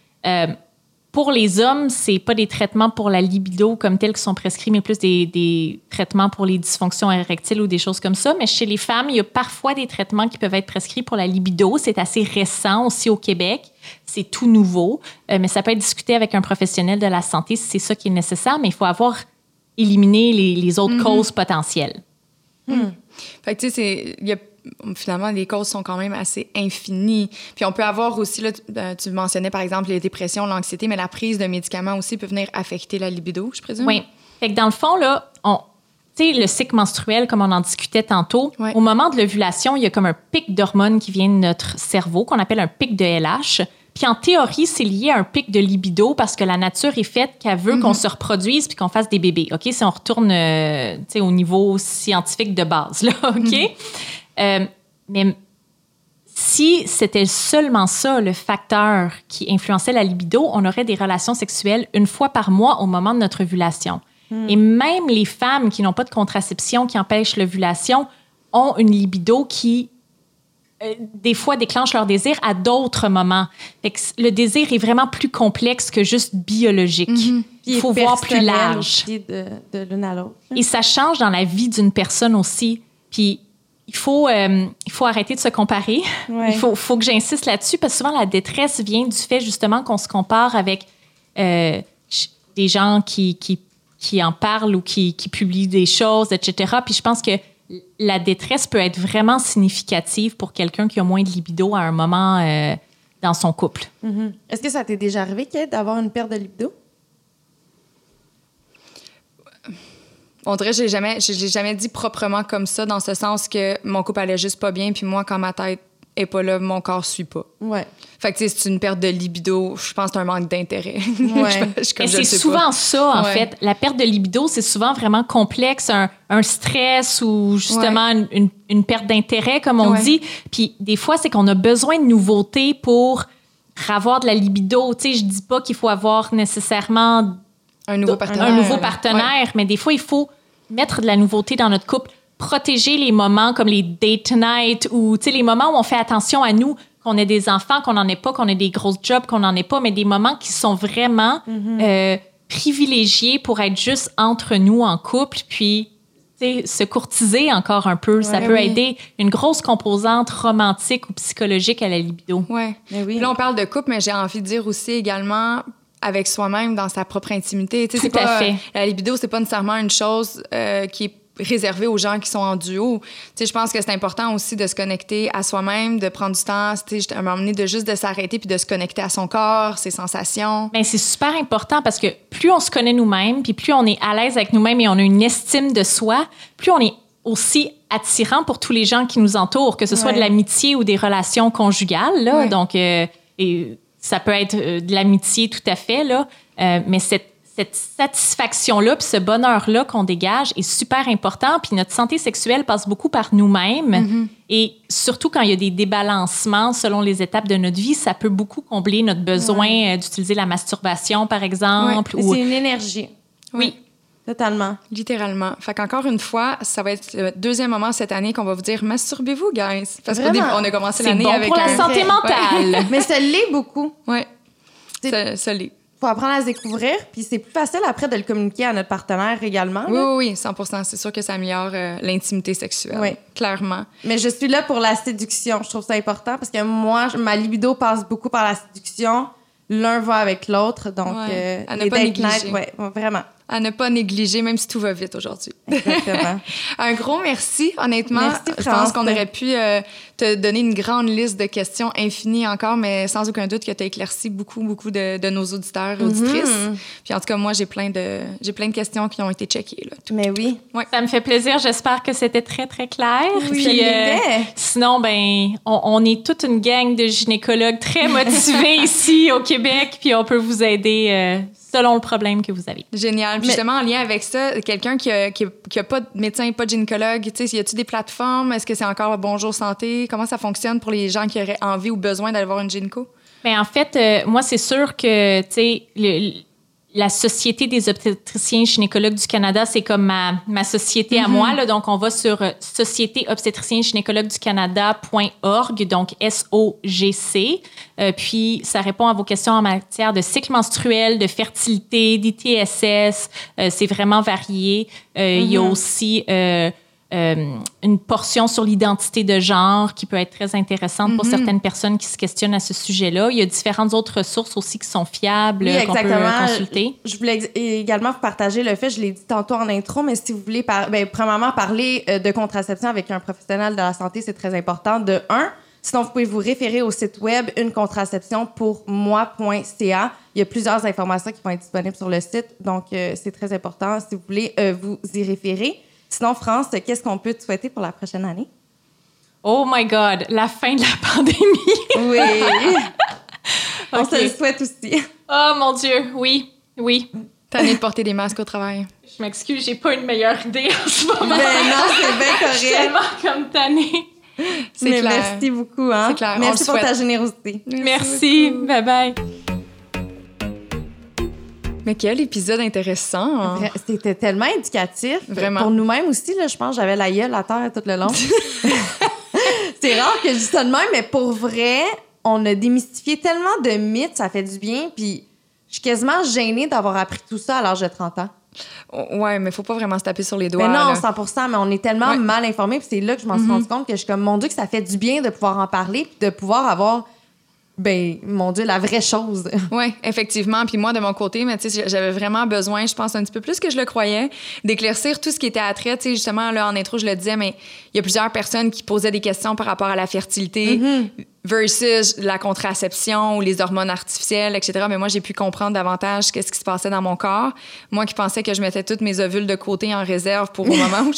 pour les hommes, c'est pas des traitements pour la libido comme tels qui sont prescrits, mais plus des traitements pour les dysfonctions érectiles ou des choses comme ça. Mais chez les femmes, il y a parfois des traitements qui peuvent être prescrits pour la libido. C'est assez récent aussi au Québec. C'est tout nouveau. Mais ça peut être discuté avec un professionnel de la santé si c'est ça qui est nécessaire, mais il faut avoir éliminé les autres causes potentielles. Fait que tu sais, finalement, les causes sont quand même assez infinies. Puis on peut avoir aussi, là, tu mentionnais par exemple les dépressions, l'anxiété, mais la prise de médicaments aussi peut venir affecter la libido, je présume? Oui. Fait que dans le fond, là, tu sais, le cycle menstruel, comme on en discutait tantôt, au moment de l'ovulation, il y a comme un pic d'hormones qui vient de notre cerveau, qu'on appelle un pic de LH. Puis en théorie, c'est lié à un pic de libido parce que la nature est faite qu'elle veut qu'on se reproduise puis qu'on fasse des bébés. OK? Si on retourne au niveau scientifique de base, là, OK? Mais si c'était seulement ça, le facteur qui influençait la libido, on aurait des relations sexuelles 1 fois par mois au moment de notre ovulation. Et même les femmes qui n'ont pas de contraception qui empêche l'ovulation ont une libido qui, des fois, déclenche leur désir à d'autres moments. Fait que le désir est vraiment plus complexe que juste biologique. Il faut voir plus large. Aussi de l'une à l'autre. Et ça change dans la vie d'une personne aussi. Puis il faut arrêter de se comparer. Ouais. Il faut que j'insiste là-dessus parce que souvent, la détresse vient du fait justement qu'on se compare avec des gens qui en parlent ou qui publient des choses, etc. Puis je pense que la détresse peut être vraiment significative pour quelqu'un qui a moins de libido à un moment dans son couple. Est-ce que ça t'est déjà arrivé, Kate, d'avoir une perte de libido? On dirait que je l'ai jamais dit proprement comme ça, dans ce sens que mon couple allait juste pas bien, puis moi, quand ma tête est pas là, mon corps suit pas. Ouais. Fait que, tu sais, c'est une perte de libido. Je pense que c'est un manque d'intérêt. Ouais. Et c'est souvent ça, en fait. La perte de libido, c'est souvent vraiment complexe, un stress ou justement une perte d'intérêt, comme on dit. Puis des fois, c'est qu'on a besoin de nouveautés pour avoir de la libido. Tu sais, je dis pas qu'il faut avoir nécessairement un nouveau partenaire, mais des fois, il faut mettre de la nouveauté dans notre couple, protéger les moments comme les date night ou, tu sais, les moments où on fait attention à nous, qu'on ait des enfants, qu'on n'en ait pas, qu'on ait des grosses jobs, qu'on n'en ait pas, mais des moments qui sont vraiment privilégiés pour être juste entre nous en couple, puis se courtiser encore un peu. Ça peut aider une grosse composante romantique ou psychologique à la libido. Oui. Là, on parle de couple, mais j'ai envie de dire aussi également avec soi-même dans sa propre intimité. Tout à fait. La libido, c'est pas nécessairement une chose qui est réservé aux gens qui sont en duo. Tu sais, je pense que c'est important aussi de se connecter à soi-même, de prendre du temps, tu sais, à un moment donné, de juste de s'arrêter puis de se connecter à son corps, ses sensations. Bien, c'est super important parce que plus on se connaît nous-mêmes, puis plus on est à l'aise avec nous-mêmes et on a une estime de soi, plus on est aussi attirant pour tous les gens qui nous entourent, que ce soit de l'amitié ou des relations conjugales, là. Donc, et ça peut être de l'amitié tout à fait, là. Mais cette satisfaction-là, puis ce bonheur-là qu'on dégage est super important. Puis notre santé sexuelle passe beaucoup par nous-mêmes. Et surtout quand il y a des débalancements selon les étapes de notre vie, ça peut beaucoup combler notre besoin d'utiliser la masturbation, par exemple. Ou... C'est une énergie. Oui. Totalement. Littéralement. Fait qu'encore une fois, ça va être le deuxième moment cette année qu'on va vous dire « Masturbez-vous, guys! » Parce qu'on a commencé l'année avec... C'est bon pour la santé mentale. Mais ça l'est beaucoup. Oui, ça l'est. Faut apprendre à se découvrir, puis c'est plus facile après de le communiquer à notre partenaire également. Oui, 100%. C'est sûr que ça améliore l'intimité sexuelle, clairement. Mais je suis là pour la séduction. Je trouve ça important parce que moi, ma libido passe beaucoup par la séduction. L'un va avec l'autre, donc les date night, vraiment. À ne pas négliger, même si tout va vite aujourd'hui. Exactement. Un gros merci, honnêtement. Merci, je pense qu'on aurait pu te donner une grande liste de questions infinies encore, mais sans aucun doute que tu as éclairci beaucoup de nos auditeurs et auditrices. Puis en tout cas, moi, j'ai plein de questions qui ont été checkées. Là, mais oui. Ouais. Ça me fait plaisir. J'espère que c'était très, très clair. Oui, puis, sinon, on est toute une gang de gynécologues très motivés ici au Québec, puis on peut vous aider selon le problème que vous avez. Génial. Puis justement, en lien avec ça, quelqu'un qui a pas de médecin, pas de gynécologue, tu sais, y a-t-il des plateformes? Est-ce que c'est encore Bonjour Santé? Comment ça fonctionne pour les gens qui auraient envie ou besoin d'aller voir une gynéco? Bien, en fait, moi, c'est sûr que, tu sais, la Société des obstétriciens gynécologues du Canada, c'est comme ma société à moi. Là. Donc, on va sur sociétéobstétriciens-gynécologues-du-Canada.org, donc SOGC. Puis, ça répond à vos questions en matière de cycle menstruel, de fertilité, d'ITSS. C'est vraiment varié. Il y a aussi... une portion sur l'identité de genre qui peut être très intéressante pour certaines personnes qui se questionnent à ce sujet-là. Il y a différentes autres ressources aussi qui sont fiables, qu'on peut consulter. Je voulais également vous partager le fait, je l'ai dit tantôt en intro, mais si vous voulez, premièrement, parler de contraception avec un professionnel de la santé, c'est très important, de un. Sinon, vous pouvez vous référer au site web unecontraceptionpourmoi.ca. Il y a plusieurs informations qui vont être disponibles sur le site, donc c'est très important si vous voulez vous y référer. Sinon, France, qu'est-ce qu'on peut te souhaiter pour la prochaine année? Oh my God, la fin de la pandémie! Oui! On se le souhaite aussi. Oh mon Dieu, oui. Tanné de porter des masques au travail. Je m'excuse, j'ai pas une meilleure idée en ce moment. Ben non, c'est bien correct. Je suis tellement comme tannée. C'est clair. Merci beaucoup. Hein? C'est clair. Merci pour ta générosité. Merci. Bye-bye. Mais quel épisode intéressant! C'était tellement éducatif. Vraiment. Pour nous-mêmes aussi, là, je pense que j'avais la gueule à terre tout le long. C'est rare que je dis ça de même, mais pour vrai, on a démystifié tellement de mythes, ça fait du bien. Puis je suis quasiment gênée d'avoir appris tout ça à l'âge de 30 ans. Ouais, mais faut pas vraiment se taper sur les doigts. Mais non, là. 100%, mais on est tellement mal informés. Puis c'est là que je m'en suis rendu compte que je suis comme, mon Dieu, que ça fait du bien de pouvoir en parler puis de pouvoir avoir... Ben, mon Dieu, la vraie chose. Oui, effectivement. Puis moi, de mon côté, mais tu sais, j'avais vraiment besoin, je pense un petit peu plus que je le croyais, d'éclaircir tout ce qui était attrait. Tu sais, justement, là, en intro, je le disais, mais il y a plusieurs personnes qui posaient des questions par rapport à la fertilité versus la contraception ou les hormones artificielles, etc. Mais moi, j'ai pu comprendre davantage qu'est-ce qui se passait dans mon corps. Moi qui pensais que je mettais toutes mes ovules de côté en réserve pour au moment où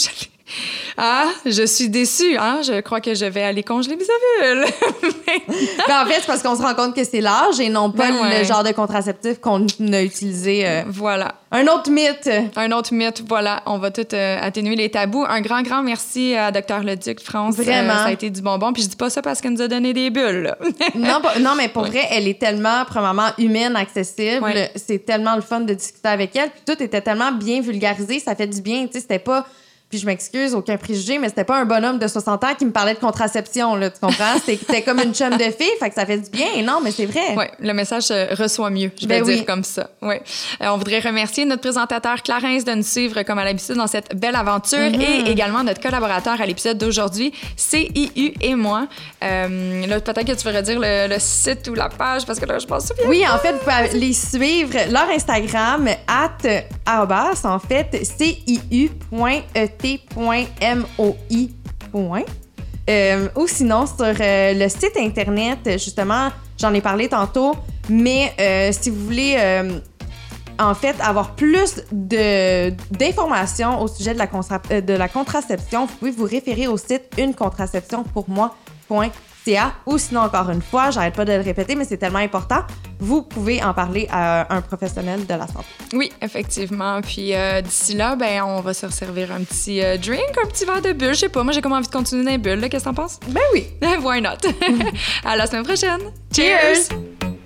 Ah, je suis déçue, hein? Je crois que je vais aller congeler mes ovules. Ben, en fait, c'est parce qu'on se rend compte que c'est l'âge et non pas le genre de contraceptif qu'on a utilisé. Voilà. Un autre mythe. Un autre mythe, voilà. On va tout atténuer les tabous. Un grand, grand merci à Dr. Leduc, France. Vraiment. Ça a été du bonbon. Puis je dis pas ça parce qu'elle nous a donné des bulles, là. non, mais pour vrai, elle est tellement, premièrement, humaine, accessible. Ouais. C'est tellement le fun de discuter avec elle. Puis tout était tellement bien vulgarisé. Ça fait du bien. Tu sais, c'était pas... Puis je m'excuse, aucun préjugé, mais c'était pas un bonhomme de 60 ans qui me parlait de contraception, là, tu comprends? C'était comme une chum de fille, fait que ça fait du bien. Non, mais c'est vrai. Oui, le message se reçoit mieux, je vais dire comme ça. Ouais. On voudrait remercier notre présentateur Clarence de nous suivre comme à l'habitude dans cette belle aventure et également notre collaborateur à l'épisode d'aujourd'hui, CIU et moi. Là, peut-être que tu veux redire le site ou la page parce que là, je m'en souviens. Oui, en fait, vous pouvez les suivre. Leur Instagram, @, en fait, ciu.et .moi. Ou sinon sur le site internet, justement, j'en ai parlé tantôt, mais si vous voulez en fait avoir plus d'informations au sujet de la contraception, vous pouvez vous référer au site unecontraceptionpourmoi.ca ou sinon, encore une fois, j'arrête pas de le répéter, mais c'est tellement important, vous pouvez en parler à un professionnel de la santé. Oui, effectivement. Puis d'ici là, ben on va se servir un petit drink, un petit verre de bulle. Je sais pas, moi j'ai comme envie de continuer dans les bulles. Qu'est-ce que t'en penses? Ben oui! Why not? À la semaine prochaine! Cheers!